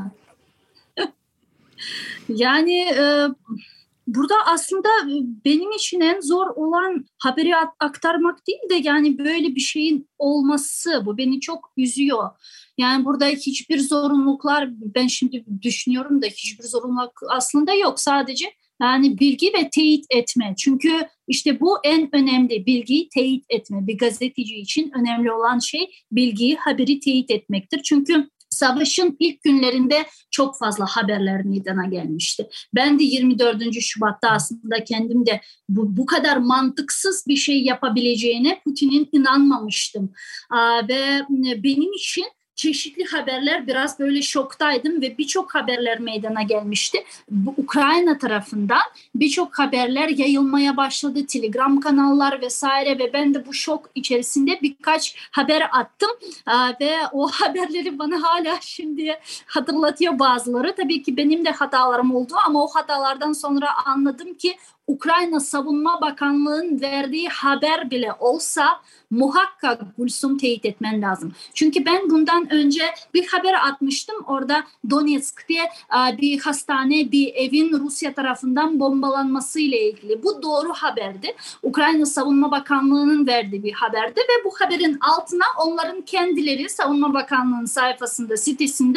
Yani burada aslında benim için en zor olan haberi aktarmak değil de yani böyle bir şeyin olması, bu beni çok üzüyor. Yani burada hiçbir zorunluluklar, ben şimdi düşünüyorum da hiçbir zorunluluk aslında yok. Sadece Yani bilgi ve teyit etme. Çünkü işte bu en önemli, bilgiyi teyit etme. Bir gazeteci için önemli olan şey bilgiyi, haberi teyit etmektir. Çünkü savaşın ilk günlerinde çok fazla haberler meydana gelmişti. Ben de 24. Şubat'ta aslında kendim de bu kadar mantıksız bir şey yapabileceğine Putin'in inanmamıştım. Ve benim için çeşitli haberler, biraz böyle şoktaydım ve birçok haberler meydana gelmişti. Bu Ukrayna tarafından birçok haberler yayılmaya başladı. Telegram kanallar vesaire ve ben de bu şok içerisinde birkaç haber attım. Ve o haberleri bana hala şimdi hatırlatıyor bazıları. Tabii ki benim de hatalarım oldu ama o hatalardan sonra anladım ki Ukrayna Savunma Bakanlığı'nın verdiği haber bile olsa muhakkak Gülsüm teyit etmen lazım. Çünkü ben bundan önce bir haber atmıştım. Orada Donetsk'te bir hastane, bir evin Rusya tarafından bombalanması ile ilgili. Bu doğru haberdi. Ukrayna Savunma Bakanlığı'nın verdiği bir haberdi ve bu haberin altına onların kendileri Savunma Bakanlığı'nın sayfasında, sitesinde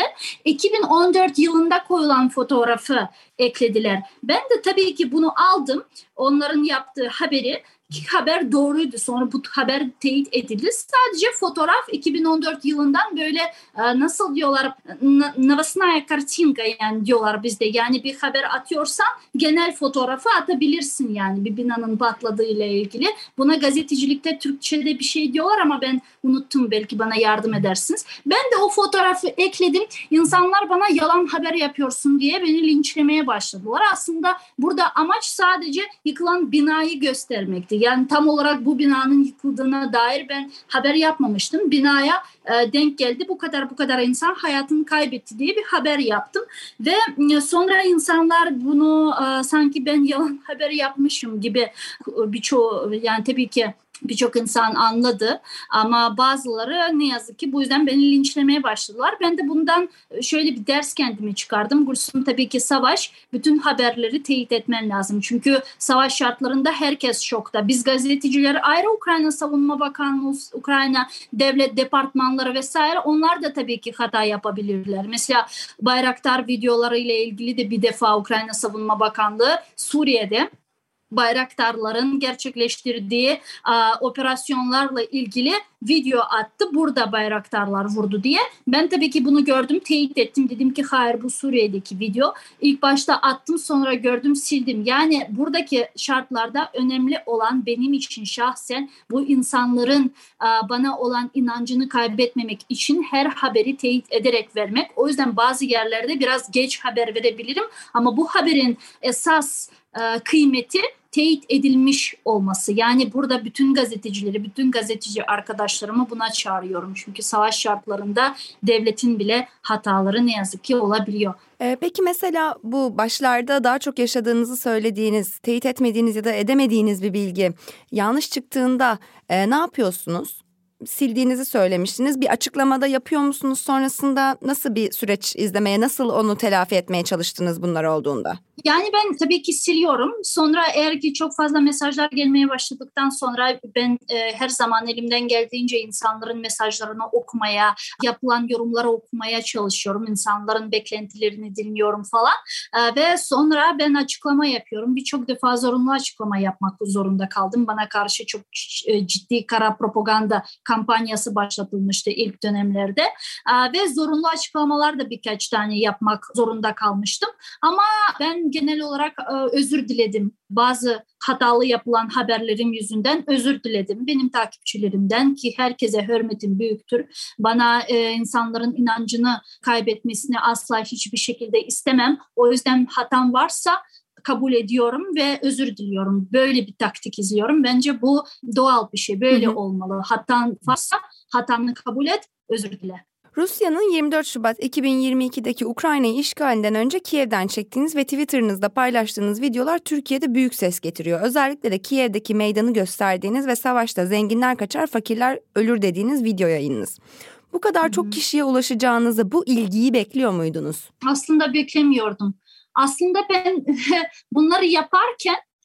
2014 yılında koyulan fotoğrafı eklediler. Ben de tabii ki bunu aldım. Onların yaptığı haberi, ki haber doğruydu. Sonra bu haber teyit edildi. Sadece fotoğraf 2014 yılından böyle nasıl diyorlar, новостная kартинка yani diyorlar bizde. Yani bir haber atıyorsan genel fotoğrafı atabilirsin yani bir binanın patladığı ile ilgili. Buna gazetecilikte Türkçe'de bir şey diyorlar ama ben unuttum, belki bana yardım edersiniz. Ben de o fotoğrafı ekledim. İnsanlar bana yalan haber yapıyorsun diye beni linçlemeye başladılar. Aslında burada amaç sadece yıkılan binayı göstermekti. Yani tam olarak bu binanın yıkıldığına dair ben haber yapmamıştım. Binaya denk geldi. Bu kadar insan hayatını kaybetti diye bir haber yaptım. Ve sonra insanlar bunu sanki ben yalan haber yapmışım gibi birçoğu, yani tabii ki birçok insan anladı ama bazıları ne yazık ki bu yüzden beni linçlemeye başladılar. Ben de bundan şöyle bir ders kendime çıkardım. Gülsüm, tabii ki savaş, bütün haberleri teyit etmen lazım. Çünkü savaş şartlarında herkes şokta. Biz gazeteciler ayrı, Ukrayna Savunma Bakanlığı, Ukrayna Devlet Departmanları vesaire, onlar da tabii ki hata yapabilirler. Mesela Bayraktar videoları ile ilgili de bir defa Ukrayna Savunma Bakanlığı Suriye'de Bayraktarların gerçekleştirdiği operasyonlarla ilgili video attı. Burada Bayraktarlar vurdu diye. Ben tabii ki bunu gördüm, teyit ettim. Dedim ki hayır, bu Suriye'deki video. İlk başta attım, sonra gördüm, sildim. Yani buradaki şartlarda önemli olan benim için şahsen bu insanların bana olan inancını kaybetmemek için her haberi teyit ederek vermek. O yüzden bazı yerlerde biraz geç haber verebilirim ama bu haberin esas kıymeti teyit edilmiş olması. Yani burada bütün gazetecileri, bütün gazeteci arkadaşlarımı buna çağırıyorum. Çünkü savaş şartlarında devletin bile hataları ne yazık ki olabiliyor. Peki mesela bu başlarda daha çok yaşadığınızı söylediğiniz, teyit etmediğiniz ya da edemediğiniz bir bilgi yanlış çıktığında ne yapıyorsunuz? Sildiğinizi söylemiştiniz. Bir açıklamada yapıyor musunuz? Sonrasında nasıl bir süreç izlemeye, nasıl onu telafi etmeye çalıştınız bunlar olduğunda? Yani ben tabii ki siliyorum. Sonra eğer ki çok fazla mesajlar gelmeye başladıktan sonra ben her zaman elimden geldiğince insanların mesajlarını okumaya, yapılan yorumları okumaya çalışıyorum. İnsanların beklentilerini dinliyorum falan. Ve sonra ben açıklama yapıyorum. Birçok defa zorunlu açıklama yapmak zorunda kaldım. Bana karşı çok ciddi kara propaganda kampanyası başlatılmıştı ilk dönemlerde. Ve zorunlu açıklamalar da birkaç tane yapmak zorunda kalmıştım. Ama ben genel olarak özür diledim. Bazı hatalı yapılan haberlerim yüzünden özür diledim. Benim takipçilerimden, ki herkese hürmetim büyüktür. Bana insanların inancını kaybetmesini asla hiçbir şekilde istemem. O yüzden hatam varsa kabul ediyorum ve özür diliyorum. Böyle bir taktik izliyorum. Bence bu doğal bir şey. Böyle olmalı. Hatan varsa hatanı kabul et, özür dile. Rusya'nın 24 Şubat 2022'deki Ukrayna'yı işgalinden önce Kiev'den çektiğiniz ve Twitter'ınızda paylaştığınız videolar Türkiye'de büyük ses getiriyor. Özellikle de Kiev'deki meydanı gösterdiğiniz ve savaşta zenginler kaçar, fakirler ölür dediğiniz video yayınınız. Bu kadar çok kişiye ulaşacağınızı, bu ilgiyi bekliyor muydunuz? Aslında beklemiyordum. Aslında ben bunları yaparken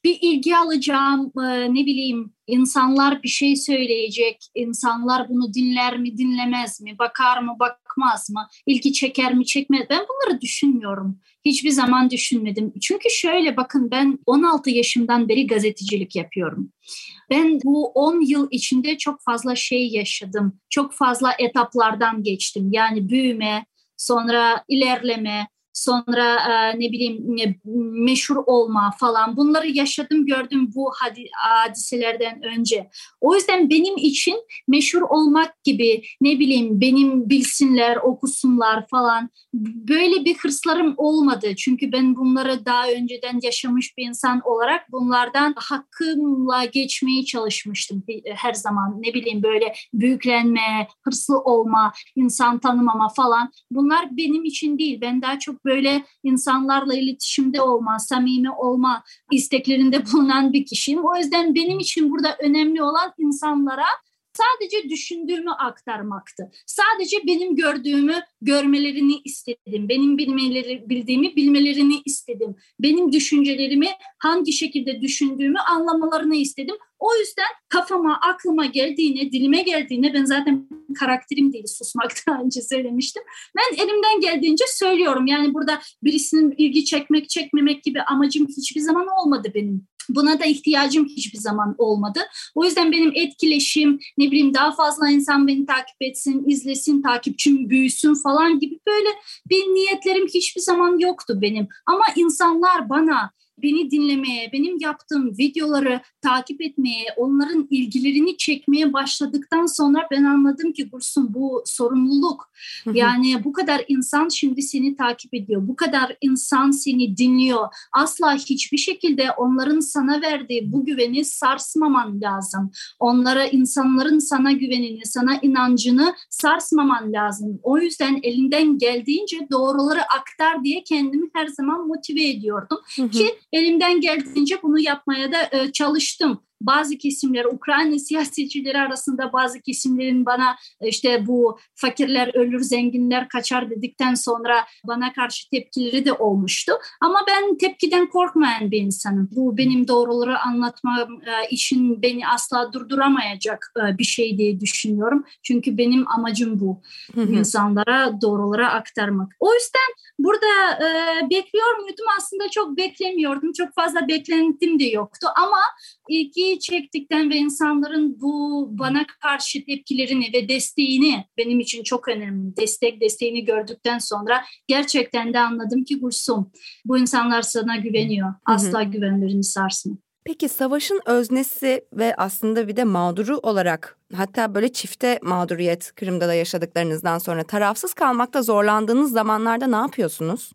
bir ilgi alacağım, ne bileyim, insanlar bir şey söyleyecek, insanlar bunu dinler mi, dinlemez mi, bakar mı, bakmaz mı, ilgi çeker mi, çekmez. Ben bunları düşünmüyorum. Hiçbir zaman düşünmedim. Çünkü şöyle bakın, ben 16 yaşımdan beri gazetecilik yapıyorum. Ben bu 10 yıl içinde çok fazla şey yaşadım. Çok fazla etaplardan geçtim. Yani büyüme, sonra ilerleme, sonra ne bileyim meşhur olma falan, bunları yaşadım, gördüm bu hadiselerden önce. O yüzden benim için meşhur olmak gibi, ne bileyim, benim bilsinler, okusunlar falan, böyle bir hırslarım olmadı. Çünkü ben bunları daha önceden yaşamış bir insan olarak bunlardan hakkımla geçmeye çalışmıştım her zaman. Ne bileyim, böyle büyüklenme, hırslı olma, insan tanımama falan, bunlar benim için değil. Ben daha çok böyle insanlarla iletişimde olma, samimi olma isteklerinde bulunan bir kişiyim. O yüzden benim için burada önemli olan insanlara sadece düşündüğümü aktarmaktı. Sadece benim gördüğümü görmelerini istedim. Benim bildiğimi bilmelerini istedim. Benim düşüncelerimi hangi şekilde düşündüğümü anlamalarını istedim. O yüzden kafama, aklıma geldiğine, dilime geldiğine, ben zaten karakterim değil susmak, daha önce söylemiştim. Ben elimden geldiğince söylüyorum. Yani burada birisinin ilgi çekmek, çekmemek gibi amacım hiçbir zaman olmadı benim. Buna da ihtiyacım hiçbir zaman olmadı. O yüzden benim etkileşim, ne bileyim, daha fazla insan beni takip etsin, izlesin, takipçim büyüsün falan gibi böyle bir niyetlerim hiçbir zaman yoktu benim. Ama insanlar beni dinlemeye, benim yaptığım videoları takip etmeye, onların ilgilerini çekmeye başladıktan sonra ben anladım ki Gülsüm, bu sorumluluk. Yani bu kadar insan şimdi seni takip ediyor, bu kadar insan seni dinliyor. Asla hiçbir şekilde onların sana verdiği bu güveni sarsmaman lazım. İnsanların sana güvenini, sana inancını sarsmaman lazım. O yüzden elinden geldiğince doğruları aktar diye kendimi her zaman motive ediyordum. Ki elimden geldiğince bunu yapmaya da çalıştım. Bazı kesimler, Ukrayna siyasetçileri arasında bazı kesimlerin bana işte bu fakirler ölür, zenginler kaçar dedikten sonra bana karşı tepkileri de olmuştu. Ama ben tepkiden korkmayan bir insanım. Bu benim doğruları anlatmam için beni asla durduramayacak bir şey diye düşünüyorum. Çünkü benim amacım bu. İnsanlara doğruları aktarmak. O yüzden burada bekliyor muydum? Aslında çok beklemiyordum. Çok fazla beklentim de yoktu. Ama ilgi çektikten ve insanların bu bana karşı tepkilerini ve desteğini, benim için çok önemli, desteğini gördükten sonra gerçekten de anladım ki Gülsüm, bu insanlar sana güveniyor. Asla güvenlerini sarsma. Peki savaşın öznesi ve aslında bir de mağduru olarak, hatta böyle çifte mağduriyet, Kırım'da da yaşadıklarınızdan sonra tarafsız kalmakta zorlandığınız zamanlarda ne yapıyorsunuz?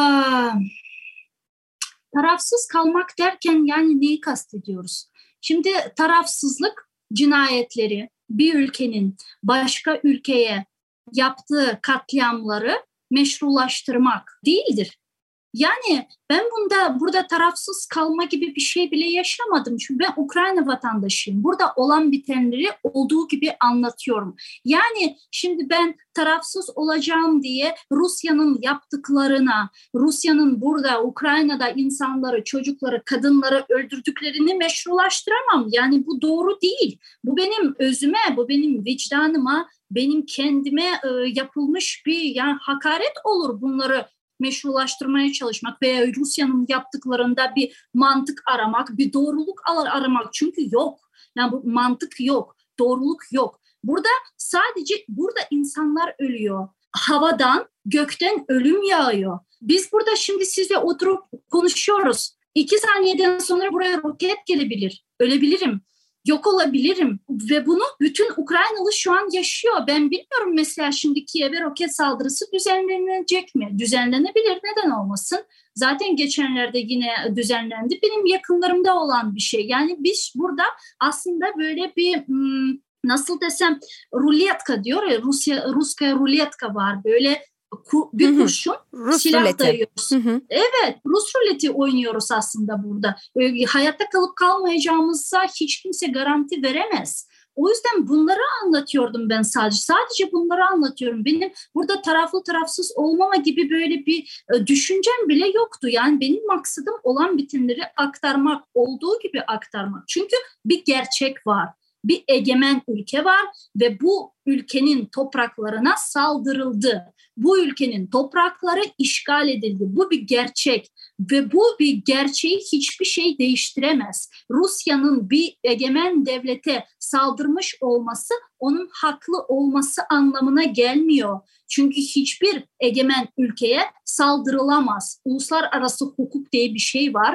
Tarafsız kalmak derken yani neyi kastediyoruz? Şimdi tarafsızlık, cinayetleri, bir ülkenin başka ülkeye yaptığı katliamları meşrulaştırmak değildir. Yani ben burada tarafsız kalma gibi bir şey bile yaşamadım. Çünkü ben Ukrayna vatandaşıyım. Burada olan bitenleri olduğu gibi anlatıyorum. Yani şimdi ben tarafsız olacağım diye Rusya'nın yaptıklarına, Rusya'nın burada Ukrayna'da insanları, çocukları, kadınları öldürdüklerini meşrulaştıramam. Yani bu doğru değil. Bu benim özüme, bu benim vicdanıma, benim kendime yapılmış bir hakaret olur bunları meşrulaştırmaya çalışmak veya Rusya'nın yaptıklarında bir mantık aramak, bir doğruluk aramak. Çünkü yok. Yani bu mantık yok, doğruluk yok. Burada insanlar ölüyor. Havadan, gökten ölüm yağıyor. Biz burada şimdi sizle oturup konuşuyoruz. 2 saniyeden sonra buraya roket gelebilir. Ölebilirim. Yok olabilirim ve bunu bütün Ukraynalı şu an yaşıyor. Ben bilmiyorum, mesela şimdi Kiev'e roket saldırısı düzenlenecek mi? Düzenlenebilir, neden olmasın? Zaten geçenlerde yine düzenlendi. Benim yakınlarımda olan bir şey. Yani biz burada aslında böyle bir nasıl desem, ruletka diyor ya, Ruska ruletka var, böyle bir kurşun, Rus silah ruleti dayıyoruz. Evet, Rus ruleti oynuyoruz aslında burada. Hayatta kalıp kalmayacağımıza hiç kimse garanti veremez. O yüzden bunları anlatıyordum ben sadece. Sadece bunları anlatıyorum. Benim burada taraflı tarafsız olmama gibi böyle bir düşüncem bile yoktu. Yani benim maksadım olan bitenleri aktarmak, olduğu gibi aktarmak. Çünkü bir gerçek var. Bir egemen ülke var ve bu ülkenin topraklarına saldırıldı. Bu ülkenin toprakları işgal edildi. Bu bir gerçek ve bu bir gerçeği hiçbir şey değiştiremez. Rusya'nın bir egemen devlete saldırmış olması onun haklı olması anlamına gelmiyor. Çünkü hiçbir egemen ülkeye saldırılamaz. Uluslararası hukuk diye bir şey var.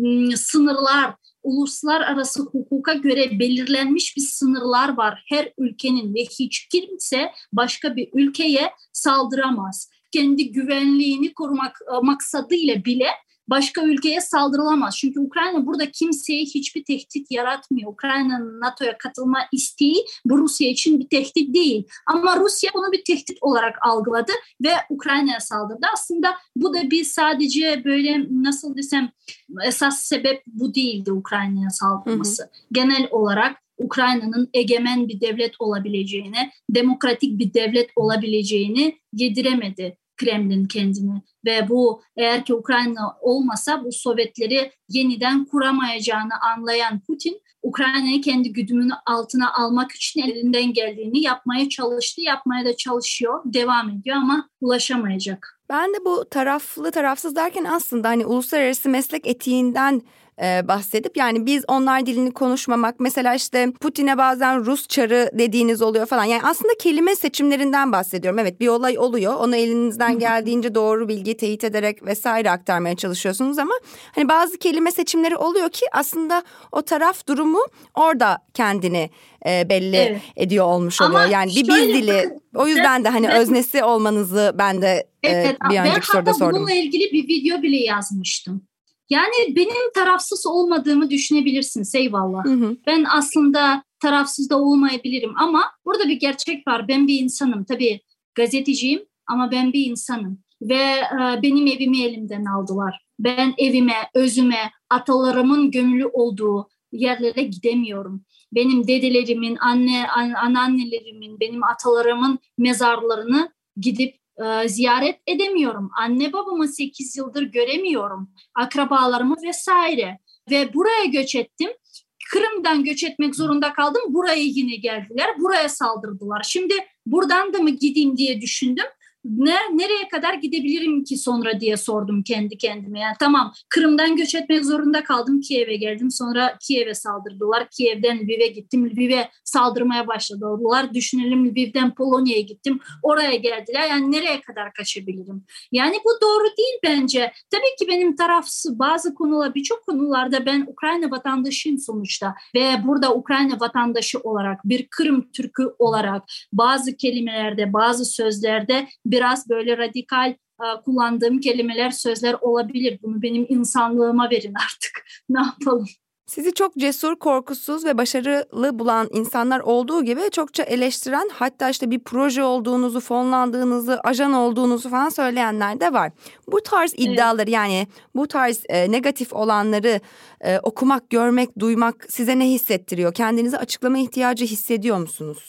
Sınırlar, uluslararası hukuka göre belirlenmiş bir sınırlar var her ülkenin ve hiç kimse başka bir ülkeye saldıramaz. Kendi güvenliğini korumak maksadıyla bile başka ülkeye saldırılamaz. Çünkü Ukrayna burada kimseye hiçbir tehdit yaratmıyor. Ukrayna'nın NATO'ya katılma isteği bu Rusya için bir tehdit değil. Ama Rusya bunu bir tehdit olarak algıladı ve Ukrayna'ya saldırdı. Aslında bu da bir sadece böyle nasıl desem esas sebep bu değildi Ukrayna'ya saldırması. Genel olarak Ukrayna'nın egemen bir devlet olabileceğini, demokratik bir devlet olabileceğini yediremedi Kremlin kendini. Ve bu eğer ki Ukrayna olmasa bu Sovyetleri yeniden kuramayacağını anlayan Putin, Ukrayna'yı kendi güdümünün altına almak için elinden geldiğini yapmaya çalıştı, yapmaya da çalışıyor, devam ediyor ama ulaşamayacak. Ben de bu taraflı tarafsız derken aslında hani uluslararası meslek etiğinden bahsedip yani biz onlar dilini konuşmamak, mesela işte Putin'e bazen Rus çarı dediğiniz oluyor falan. Yani aslında kelime seçimlerinden bahsediyorum. Evet, bir olay oluyor. Onu elinizden geldiğince doğru bilgi teyit ederek vesaire aktarmaya çalışıyorsunuz ama hani bazı kelime seçimleri oluyor ki aslında o taraf durumu orada kendini belli ediyor olmuş oluyor. Ama yani bir biz dili. O yüzden de hani öznesi olmanızı ben de bir önceki soruda sordum. Ben hatta bununla ilgili bir video bile yazmıştım. Yani benim tarafsız olmadığımı düşünebilirsiniz, eyvallah. Ben aslında tarafsız da olmayabilirim ama burada bir gerçek var. Ben bir insanım. Tabii gazeteciyim ama ben bir insanım. Ve benim evimi elimden aldılar. Ben evime, özüme, atalarımın gömülü olduğu yerlere gidemiyorum. Benim dedelerimin, anneannelerimin, benim atalarımın mezarlarını gidip ziyaret edemiyorum. Anne babamı 8 yıldır göremiyorum. Akrabalarımı vesaire. Ve buraya göç ettim. Kırım'dan göç etmek zorunda kaldım. Buraya yine geldiler. Buraya saldırdılar. Şimdi buradan da mı gideyim diye düşündüm. Nereye kadar gidebilirim ki sonra diye sordum kendi kendime. Yani tamam, Kırım'dan göç etmek zorunda kaldım. Kiev'e geldim. Sonra Kiev'e saldırdılar. Kiev'den Lviv'e gittim. Lviv'e saldırmaya başladılar. Düşünelim, Lviv'den Polonya'ya gittim. Oraya geldiler. Yani nereye kadar kaçabilirim? Yani bu doğru değil bence. Tabii ki benim tarafsız bazı konular, birçok konularda ben Ukrayna vatandaşıyım sonuçta. Ve burada Ukrayna vatandaşı olarak, bir Kırım Türk'ü olarak bazı kelimelerde, bazı sözlerde biraz böyle radikal kullandığım kelimeler, sözler olabilir. Bunu benim insanlığıma verin artık. Ne yapalım? Sizi çok cesur, korkusuz ve başarılı bulan insanlar olduğu gibi çokça eleştiren, hatta işte bir proje olduğunuzu, fonlandığınızı, ajan olduğunuzu falan söyleyenler de var. Bu tarz iddiaları, yani bu tarz negatif olanları okumak, görmek, duymak size ne hissettiriyor? Kendinizi açıklama ihtiyacı hissediyor musunuz?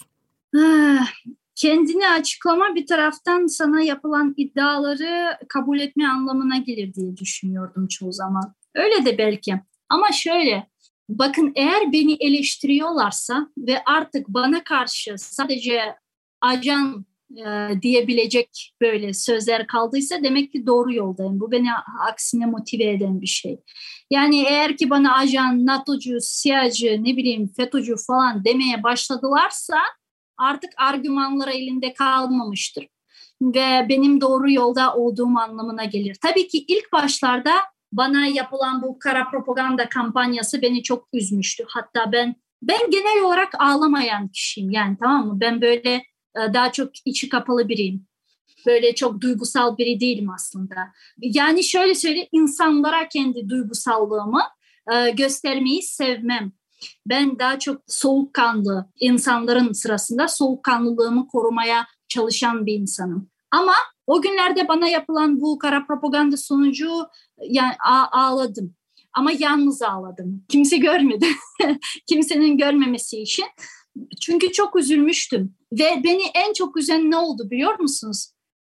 Kendini açıklama bir taraftan sana yapılan iddiaları kabul etme anlamına gelir diye düşünüyordum çoğu zaman. Öyle de belki. Ama şöyle, bakın, eğer beni eleştiriyorlarsa ve artık bana karşı sadece ajan diyebilecek böyle sözler kaldıysa demek ki doğru yoldayım. Bu beni aksine motive eden bir şey. Yani eğer ki bana ajan, NATO'cu, SİHA'cı, ne bileyim FETÖ'cü falan demeye başladılarsa artık argümanlar elinde kalmamıştır. Ve benim doğru yolda olduğum anlamına gelir. Tabii ki ilk başlarda bana yapılan bu kara propaganda kampanyası beni çok üzmüştü. Hatta ben genel olarak ağlamayan kişiyim. Yani tamam mı? Ben böyle daha çok içi kapalı biriyim. Böyle çok duygusal biri değilim aslında. Yani şöyle söyleyeyim, insanlara kendi duygusallığımı göstermeyi sevmem. Ben daha çok soğukkanlı, insanların sırasında soğukkanlılığımı korumaya çalışan bir insanım. Ama o günlerde bana yapılan bu kara propaganda sonucu yani ağladım. Ama yalnız ağladım. Kimse görmedi. Kimsenin görmemesi için. Çünkü çok üzülmüştüm. Ve beni en çok üzen ne oldu biliyor musunuz?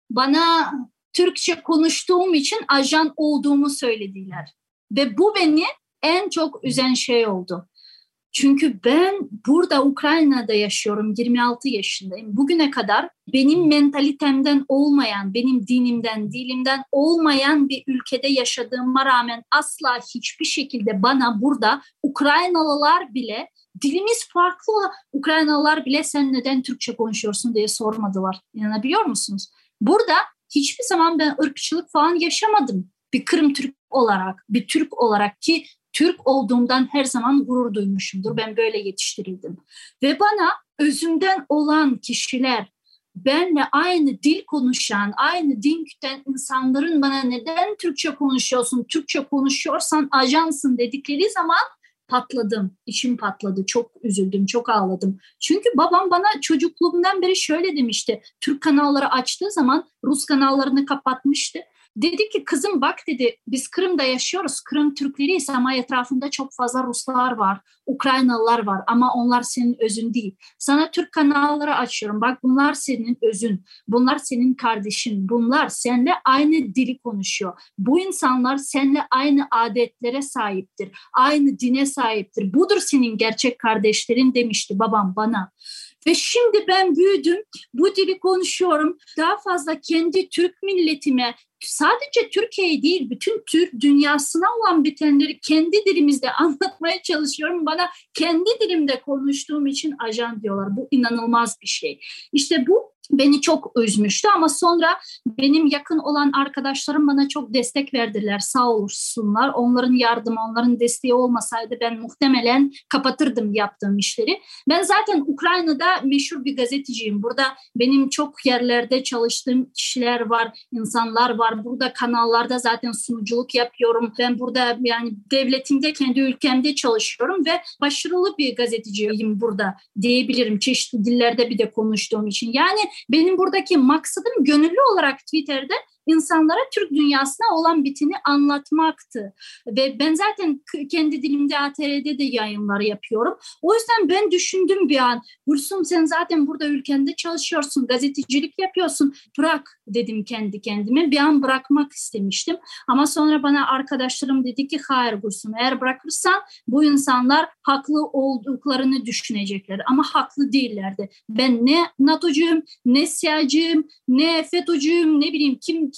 Bana Türkçe konuştuğum için ajan olduğumu söylediler. Ve bu beni en çok üzen şey oldu. Çünkü ben burada Ukrayna'da yaşıyorum, 26 yaşındayım. Bugüne kadar benim mentalitemden olmayan, benim dinimden, dilimden olmayan bir ülkede yaşadığıma rağmen asla hiçbir şekilde bana burada Ukraynalılar bile, dilimiz farklı olan Ukraynalılar bile sen neden Türkçe konuşuyorsun diye sormadılar. İnanabiliyor musunuz? Burada hiçbir zaman ben ırkçılık falan yaşamadım. Bir Kırım Türk olarak, bir Türk olarak ki Türk olduğumdan her zaman gurur duymuşumdur. Ben böyle yetiştirildim. Ve bana özümden olan kişiler, benle aynı dil konuşan, aynı din güten insanların bana neden Türkçe konuşuyorsun, Türkçe konuşuyorsan ajansın dedikleri zaman patladım, içim patladı, çok üzüldüm, çok ağladım. Çünkü babam bana çocukluğumdan beri şöyle demişti, Türk kanalları açtığı zaman Rus kanallarını kapatmıştı. Dedi ki kızım bak dedi biz Kırım'da yaşıyoruz. Kırım Türkleriyiz ama etrafında çok fazla Ruslar var, Ukraynalılar var ama onlar senin özün değil. Sana Türk kanalları açıyorum. Bak bunlar senin özün. Bunlar senin kardeşin. Bunlar seninle aynı dili konuşuyor. Bu insanlar seninle aynı adetlere sahiptir. Aynı dine sahiptir. Budur senin gerçek kardeşlerin demişti babam bana. Ve şimdi ben büyüdüm, bu dili konuşuyorum. Daha fazla kendi Türk milletime, sadece Türkiye değil, bütün Türk dünyasına olan bitenleri kendi dilimizde anlatmaya çalışıyorum. Bana kendi dilimde konuştuğum için ajan diyorlar. Bu inanılmaz bir şey. İşte bu beni çok üzmüştü ama sonra benim yakın olan arkadaşlarım bana çok destek verdiler. Sağ olsunlar. Onların yardımı, onların desteği olmasaydı ben muhtemelen kapatırdım yaptığım işleri. Ben zaten Ukrayna'da meşhur bir gazeteciyim. Burada benim çok yerlerde çalıştığım kişiler var, insanlar var. Burada kanallarda zaten sunuculuk yapıyorum. Ben burada yani devletimde, kendi ülkemde çalışıyorum ve başarılı bir gazeteciyim burada diyebilirim. Çeşitli dillerde bir de konuştuğum için. Yani benim buradaki maksadım gönüllü olarak Twitter'da insanlara Türk dünyasına olan biteni anlatmaktı. Ve ben zaten kendi dilimde ATR'de de yayınlar yapıyorum. O yüzden ben düşündüm bir an. Gülsüm sen zaten burada ülkende çalışıyorsun, gazetecilik yapıyorsun. Bırak dedim kendi kendime. Bir an bırakmak istemiştim. Ama sonra bana arkadaşlarım dedi ki hayır Gülsüm eğer bırakırsan bu insanlar haklı olduklarını düşünecekler. Ama haklı değillerdi. Ben ne NATO'cuyum, ne SİHA'cıyım, ne FETÖ'cüyüm, ne bileyim kim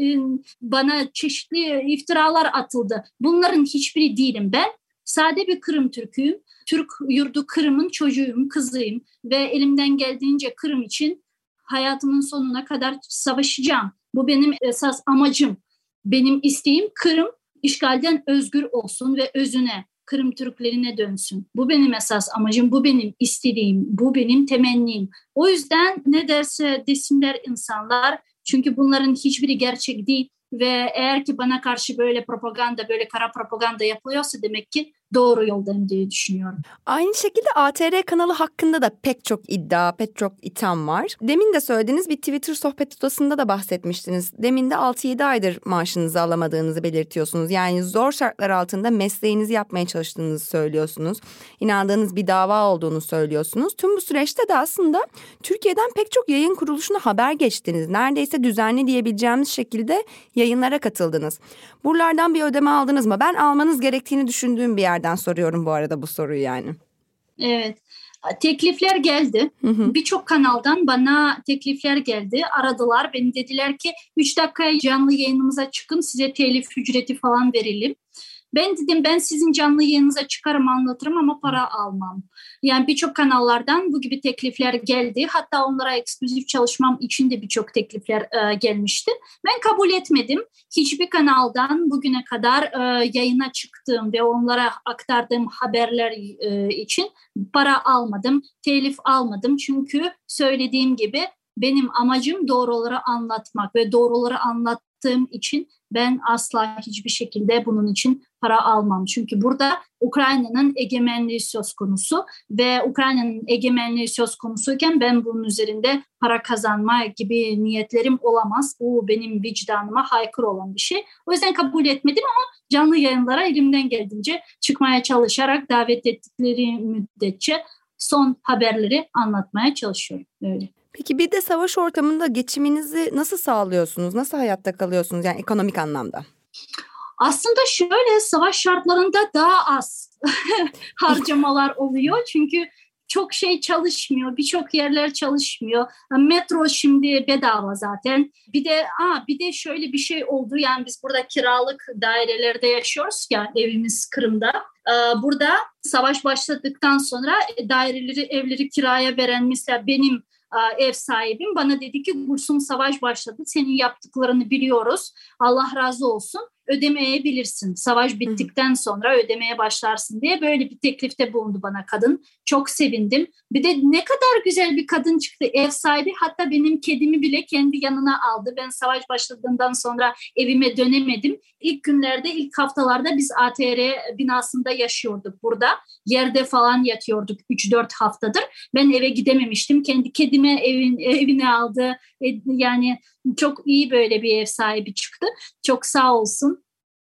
bana çeşitli iftiralar atıldı. Bunların hiçbiri değilim ben. Sade bir Kırım Türk'üyüm. Türk yurdu Kırım'ın çocuğuyum, kızıyım ve elimden geldiğince Kırım için hayatımın sonuna kadar savaşacağım. Bu benim esas amacım. Benim isteğim Kırım işgalden özgür olsun ve özüne, Kırım Türklerine dönsün. Bu benim esas amacım, bu benim istediğim, bu benim temennim. O yüzden ne derse desinler insanlar, çünkü bunların hiçbiri gerçek değil ve eğer ki bana karşı böyle propaganda, böyle kara propaganda yapılıyorsa demek ki doğru yoldayım diye düşünüyorum. Aynı şekilde ATR kanalı hakkında da pek çok iddia, pek çok itham var. Demin de söylediğiniz bir Twitter sohbet odasında da bahsetmiştiniz. Demin de 6-7 aydır maaşınızı alamadığınızı belirtiyorsunuz. Yani zor şartlar altında mesleğinizi yapmaya çalıştığınızı söylüyorsunuz. İnandığınız bir dava olduğunu söylüyorsunuz. Tüm bu süreçte de aslında Türkiye'den pek çok yayın kuruluşuna haber geçtiniz. Neredeyse düzenli diyebileceğimiz şekilde yayınlara katıldınız. Buralardan bir ödeme aldınız mı? Ben almanız gerektiğini düşündüğüm bir yerden soruyorum bu arada bu soruyu yani. Evet. Teklifler geldi. Birçok kanaldan bana teklifler geldi. Aradılar. Beni dediler ki 3 dakika canlı yayınımıza çıkın. Size telif ücreti falan verelim. Ben dedim ben sizin canlı yayınınıza çıkarım anlatırım ama para almam. Yani birçok kanallardan bu gibi teklifler geldi. Hatta onlara ekskluzif çalışmam için de birçok teklifler gelmişti. Ben kabul etmedim. Hiçbir kanaldan bugüne kadar yayına çıktığım ve onlara aktardığım haberler için para almadım, telif almadım. Çünkü söylediğim gibi benim amacım doğruları anlatmak ve doğruları anlattığım için ben asla hiçbir şekilde bunun için para almam. Çünkü burada Ukrayna'nın egemenliği söz konusu ve Ukrayna'nın egemenliği söz konusuyken ben bunun üzerinde para kazanma gibi niyetlerim olamaz. Bu benim vicdanıma aykırı olan bir şey. O yüzden kabul etmedim ama canlı yayınlara elimden geldiğince çıkmaya çalışarak davet ettikleri müddetçe son haberleri anlatmaya çalışıyorum. Öyle. Peki bir de savaş ortamında geçiminizi nasıl sağlıyorsunuz? Nasıl hayatta kalıyorsunuz yani ekonomik anlamda? Aslında şöyle, savaş şartlarında daha az harcamalar oluyor. Çünkü çok şey çalışmıyor, birçok yerler çalışmıyor. Metro şimdi bedava zaten. Bir de şöyle bir şey oldu. Yani biz burada kiralık dairelerde yaşıyoruz ya, evimiz Kırım'da. Burada savaş başladıktan sonra evleri kiraya veren mesela benim ev sahibim bana dedi ki Gülsüm, savaş başladı. Senin yaptıklarını biliyoruz. Allah razı olsun. Ödemeyebilirsin. Savaş bittikten sonra ödemeye başlarsın diye böyle bir teklifte bulundu bana kadın. Çok sevindim. Bir de ne kadar güzel bir kadın çıktı ev sahibi. Hatta benim kedimi bile kendi yanına aldı. Ben savaş başladığından sonra evime dönemedim. İlk günlerde, ilk haftalarda biz ATR binasında yaşıyorduk burada. Yerde falan yatıyorduk 3-4 haftadır. Ben eve gidememiştim. Kendi kedime evine aldı. Yani çok iyi böyle bir ev sahibi çıktı. Çok sağ olsun.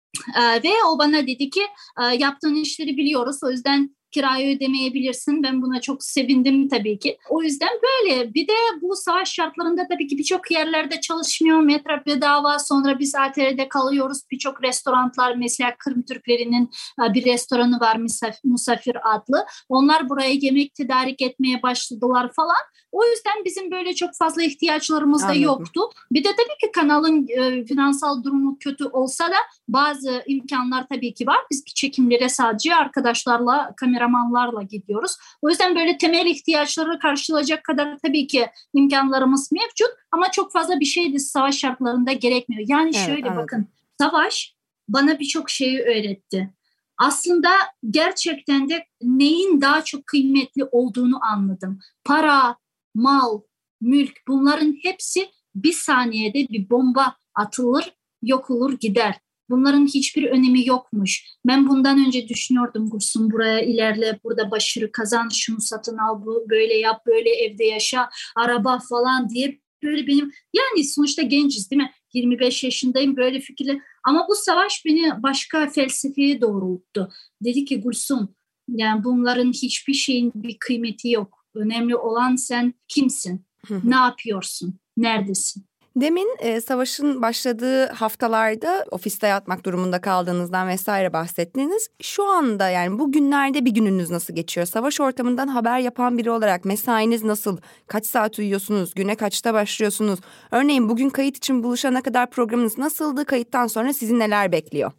Ve o bana dedi ki yaptığın işleri biliyoruz. O yüzden kirayı ödemeyebilirsin. Ben buna çok sevindim tabii ki. O yüzden böyle. Bir de bu savaş şartlarında tabii ki birçok yerlerde çalışmıyor. Metro bedava. Sonra biz ATR'de kalıyoruz. Birçok restoranlar, mesela Kırım Türklerinin bir restoranı var, Musafir adlı. Onlar buraya yemek tedarik etmeye başladılar falan. O yüzden bizim böyle çok fazla ihtiyaçlarımız da yoktu. Bir de tabii ki kanalın finansal durumu kötü olsa da bazı imkanlar tabii ki var. Biz çekimlere sadece arkadaşlarla, kameramanlarla gidiyoruz. O yüzden böyle temel ihtiyaçları karşılayacak kadar tabii ki imkanlarımız mevcut. Ama çok fazla bir şey de savaş şartlarında gerekmiyor. Yani evet, şöyle anladım. Bakın, savaş bana birçok şeyi öğretti. Aslında gerçekten de neyin daha çok kıymetli olduğunu anladım. Para, mal, mülk, bunların hepsi bir saniyede bir bomba atılır, yok olur gider. Bunların hiçbir önemi yokmuş. Ben bundan önce düşünüyordum, Gülsüm buraya ilerle, burada başarı kazan, şunu satın al, böyle yap, böyle evde yaşa, araba falan diye böyle benim, yani sonuçta genciz değil mi? 25 yaşındayım, böyle fikirler. Ama bu savaş beni başka felsefeye doğrulttu. Dedi ki Gülsüm, yani bunların hiçbir şeyin bir kıymeti yok. Önemli olan sen kimsin? Ne yapıyorsun? Neredesin? Demin savaşın başladığı haftalarda ofiste yatmak durumunda kaldığınızdan vesaire bahsettiniz. Şu anda yani bugünlerde bir gününüz nasıl geçiyor? Savaş ortamından haber yapan biri olarak mesainiz nasıl? Kaç saat uyuyorsunuz? Güne kaçta başlıyorsunuz? Örneğin bugün kayıt için buluşana kadar programınız nasıldı? Kayıttan sonra sizi neler bekliyor?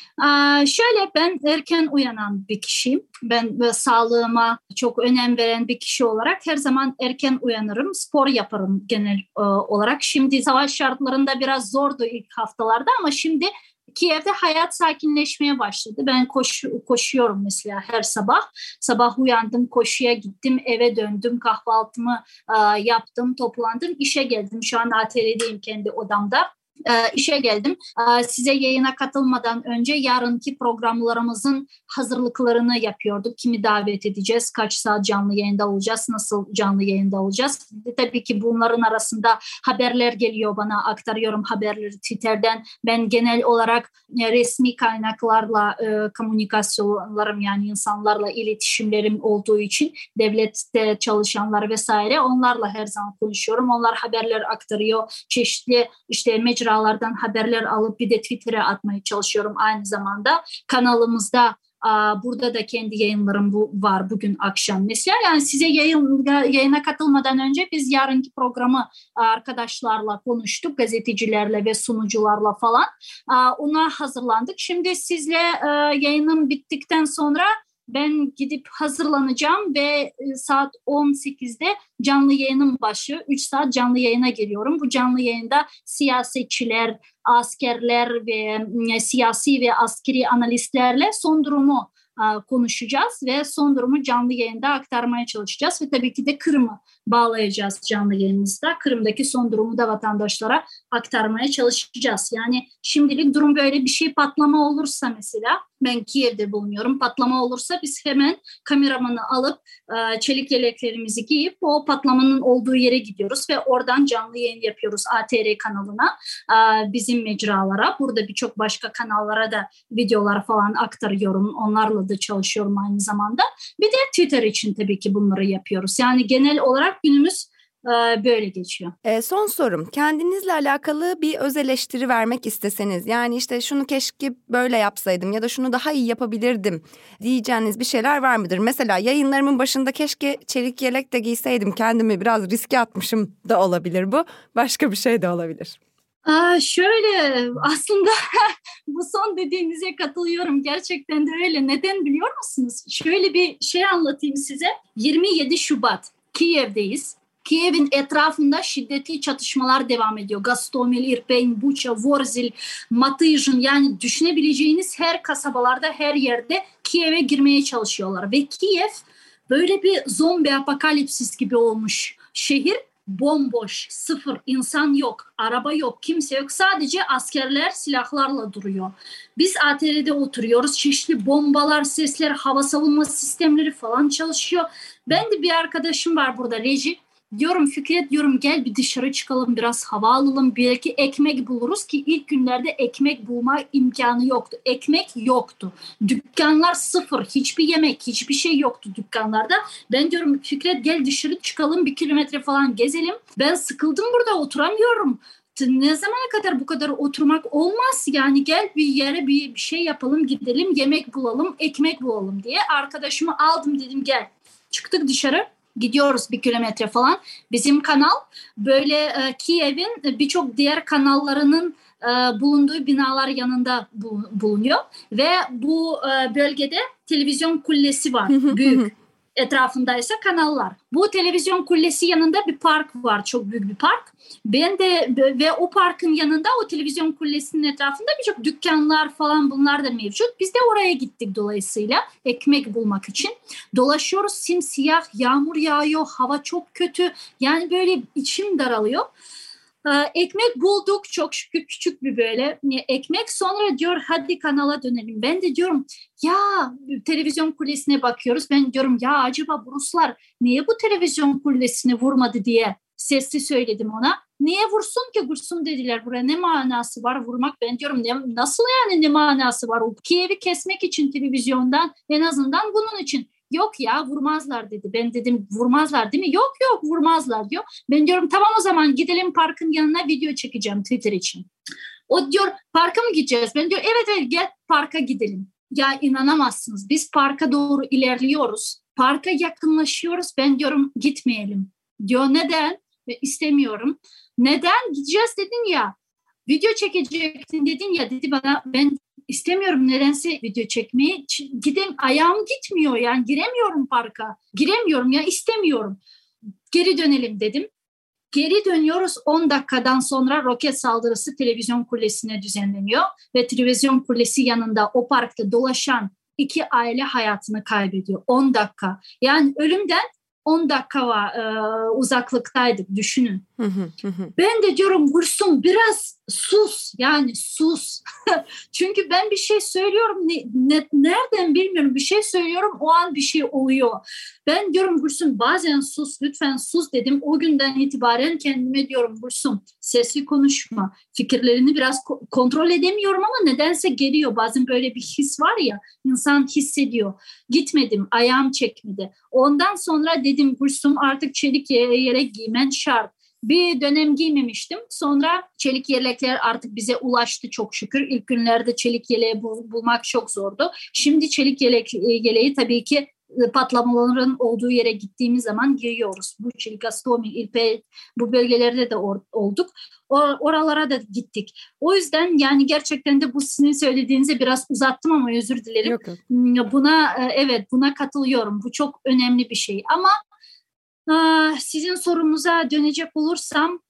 Şöyle, ben erken uyanan bir kişiyim. Ben sağlığıma çok önem veren bir kişi olarak her zaman erken uyanırım. Spor yaparım genel olarak. Şimdi savaş şartlarında biraz zordu ilk haftalarda ama şimdi Kiev'de hayat sakinleşmeye başladı. Ben koşuyorum mesela her sabah. Sabah uyandım, koşuya gittim, eve döndüm, kahvaltımı yaptım, toplandım, işe geldim. Şu an ATR'deyim, kendi odamda. İşe geldim. Size yayına katılmadan önce yarınki programlarımızın hazırlıklarını yapıyorduk. Kimi davet edeceğiz, kaç saat canlı yayında olacağız, nasıl canlı yayında olacağız. Tabii ki bunların arasında haberler geliyor bana, aktarıyorum haberleri Twitter'den. Ben genel olarak resmi kaynaklarla komünikasyonlarım, yani insanlarla iletişimlerim olduğu için, devlette çalışanlar vesaire, onlarla her zaman konuşuyorum. Onlar haberler aktarıyor. Çeşitli işte mecralardan haberler alıp bir de Twitter'e atmaya çalışıyorum aynı zamanda. Kanalımızda burada da kendi yayınlarım var bugün akşam mesela. Yani size yayına katılmadan önce biz yarınki programı arkadaşlarla konuştuk, gazetecilerle ve sunucularla falan. Ona hazırlandık. Şimdi sizle yayınım bittikten sonra ben gidip hazırlanacağım ve saat 18'de canlı yayınım başlıyor. 3 saat canlı yayına geliyorum. Bu canlı yayında siyasetçiler, askerler ve siyasi ve askeri analistlerle son durumu konuşacağız ve son durumu canlı yayında aktarmaya çalışacağız ve tabii ki de Kırım'ı bağlayacağız canlı yayınımızda. Kırım'daki son durumu da vatandaşlara aktarmaya çalışacağız. Yani şimdilik durum böyle, bir şey patlama olursa mesela Ben Kiev'de bulunuyorum. Patlama olursa biz hemen kameramanı alıp çelik yeleklerimizi giyip o patlamanın olduğu yere gidiyoruz ve oradan canlı yayın yapıyoruz ATR kanalına, bizim mecralara. Burada birçok başka kanallara da videolar falan aktarıyorum. Onlarla da çalışıyorum aynı zamanda. Bir de Twitter için tabii ki bunları yapıyoruz. Yani genel olarak günümüz böyle geçiyor. Son sorum, kendinizle alakalı bir öz eleştiri vermek isteseniz, yani işte şunu keşke böyle yapsaydım ya da şunu daha iyi yapabilirdim diyeceğiniz bir şeyler var mıdır? Mesela yayınlarımın başında keşke çelik yelek de giyseydim, kendimi biraz riske atmışım da olabilir bu. Başka bir şey de olabilir. Şöyle aslında bu son dediğinize katılıyorum. Gerçekten de öyle. Neden biliyor musunuz? Şöyle bir şey anlatayım size. 27 Şubat Kiev'deyiz. Kiev'in etrafında şiddetli çatışmalar devam ediyor. Gostomel, Irpin, Bucha, Vorzil, Matyzhin, yani düşünebileceğiniz her kasabalarda, her yerde Kiev'e girmeye çalışıyorlar. Ve Kiev böyle bir zombi apokalipsis gibi olmuş. Şehir bomboş, sıfır, insan yok, araba yok, kimse yok. Sadece askerler silahlarla duruyor. Biz ATR'de oturuyoruz. Çeşitli bombalar, sesler, hava savunma sistemleri falan çalışıyor. Ben de bir arkadaşım var burada, reji. Diyorum Fikret, diyorum gel bir dışarı çıkalım, biraz hava alalım, belki ekmek buluruz ki ilk günlerde ekmek bulma imkanı yoktu. Ekmek yoktu. Dükkanlar sıfır, hiçbir yemek, hiçbir şey yoktu dükkanlarda. Ben diyorum Fikret gel dışarı çıkalım, 1 kilometre falan gezelim. Ben sıkıldım burada, oturamıyorum. Ne zamana kadar bu kadar oturmak olmaz, yani gel bir yere bir şey yapalım, gidelim, yemek bulalım, ekmek bulalım diye arkadaşımı aldım, dedim gel. Çıktık dışarı. Gidiyoruz 1 kilometre falan. Bizim kanal böyle Kiev'in birçok diğer kanallarının bulunduğu binalar yanında bulunuyor. Ve bu bölgede televizyon kulesi var, büyük. Etrafındaysa kanallar. Bu televizyon kulesi yanında bir park var, çok büyük bir park. Ben de ve o parkın yanında, o televizyon kulesinin etrafında birçok dükkanlar falan, bunlar da mevcut. Biz de oraya gittik dolayısıyla ekmek bulmak için. Dolaşıyoruz, simsiyah, yağmur yağıyor, hava çok kötü. Yani böyle içim daralıyor. Ekmek bulduk çok şükür, küçük bir böyle ekmek. Sonra diyor hadi kanala dönelim. Ben de diyorum ya, televizyon kulesine bakıyoruz. Ben diyorum ya acaba bu Ruslar niye bu televizyon kulesine vurmadı diye sesli söyledim ona. Niye vursun ki, vursun dediler, buraya ne manası var vurmak? Ben diyorum nasıl yani, ne manası var? Kiev'i kesmek için televizyondan, en azından bunun için. Yok ya vurmazlar dedi. Ben dedim vurmazlar değil mi? Yok vurmazlar diyor. Ben diyorum tamam o zaman gidelim parkın yanına, video çekeceğim Twitter için. O diyor parka mı gideceğiz? Ben diyor evet gel parka gidelim. Ya inanamazsınız, biz parka doğru ilerliyoruz. Parka yakınlaşıyoruz. Ben diyorum gitmeyelim. Diyor neden? İstemiyorum. Neden? Gideceğiz dedin ya. Video çekecektin dedin ya, dedi bana. Ben İstemiyorum nedense video çekmeyi. Ayağım gitmiyor, yani giremiyorum parka. Giremiyorum ya, istemiyorum. Geri dönelim dedim. Geri dönüyoruz, 10 dakikadan sonra roket saldırısı televizyon kulesine düzenleniyor. Ve televizyon kulesi yanında o parkta dolaşan 2 aile hayatını kaybediyor. 10 dakika. Yani ölümden 10 dakika var, uzaklıktaydık, düşünün. Ben de diyorum Gülsüm biraz sus, yani sus. Çünkü ben bir şey söylüyorum, nereden bilmiyorum, bir şey söylüyorum, o an bir şey oluyor. Ben diyorum Gülsüm bazen sus, lütfen sus dedim. O günden itibaren kendime diyorum Gülsüm sesli konuşma, fikirlerini biraz kontrol edemiyorum ama nedense geliyor. Bazen böyle bir his var ya, insan hissediyor. Gitmedim, ayağım çekmedi. Ondan sonra dedim Gülsüm artık çelik yelek giymen şart. Bir dönem giymemiştim. Sonra çelik yelekler artık bize ulaştı çok şükür. İlk günlerde çelik yeleği bulmak çok zordu. Şimdi çelik yeleği tabii ki patlamaların olduğu yere gittiğimiz zaman giyiyoruz. Bu çelik Gostomel, Irpin, bu bölgelerde de olduk. Oralara da gittik. O yüzden yani gerçekten de bu sizin söylediğinize biraz uzattım ama özür dilerim. Yok. Buna katılıyorum. Bu çok önemli bir şey. Ama sizin sorunuza dönecek olursam,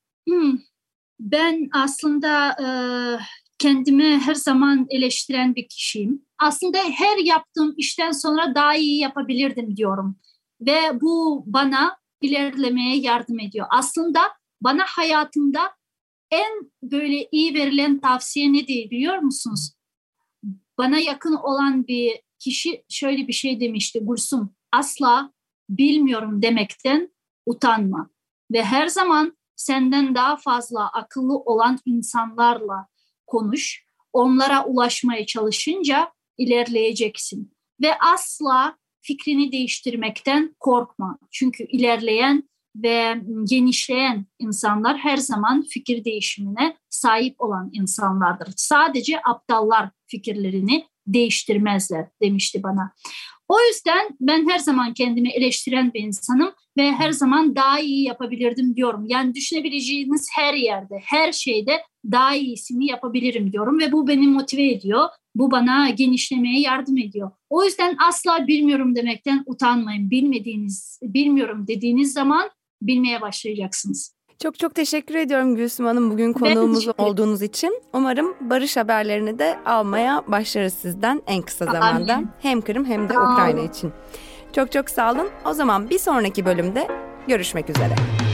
ben aslında kendimi her zaman eleştiren bir kişiyim. Aslında her yaptığım işten sonra daha iyi yapabilirdim diyorum. Ve bu bana ilerlemeye yardım ediyor. Aslında bana hayatımda en böyle iyi verilen tavsiye ne diye biliyor musunuz? bana yakın olan bir kişi şöyle bir şey demişti: Gülsüm, asla bilmiyorum demekten utanma ve her zaman senden daha fazla akıllı olan insanlarla konuş. Onlara ulaşmaya çalışınca ilerleyeceksin ve asla fikrini değiştirmekten korkma. Çünkü ilerleyen ve genişleyen insanlar her zaman fikir değişimine sahip olan insanlardır. Sadece aptallar fikirlerini değiştirmezler demişti bana. O yüzden ben her zaman kendimi eleştiren bir insanım ve her zaman daha iyi yapabilirdim diyorum. Yani düşünebileceğiniz her yerde, her şeyde daha iyisini yapabilirim diyorum ve bu beni motive ediyor. Bu bana genişlemeye yardım ediyor. O yüzden asla bilmiyorum demekten utanmayın. Bilmiyorum dediğiniz zaman bilmeye başlayacaksınız. Çok çok teşekkür ediyorum Gülsüm Hanım bugün konuğumuz olduğunuz için. Umarım barış haberlerini de almaya başlarız sizden en kısa zamanda. Amin. Hem Kırım hem de Ukrayna için. Çok çok sağ olun. O zaman bir sonraki bölümde görüşmek üzere.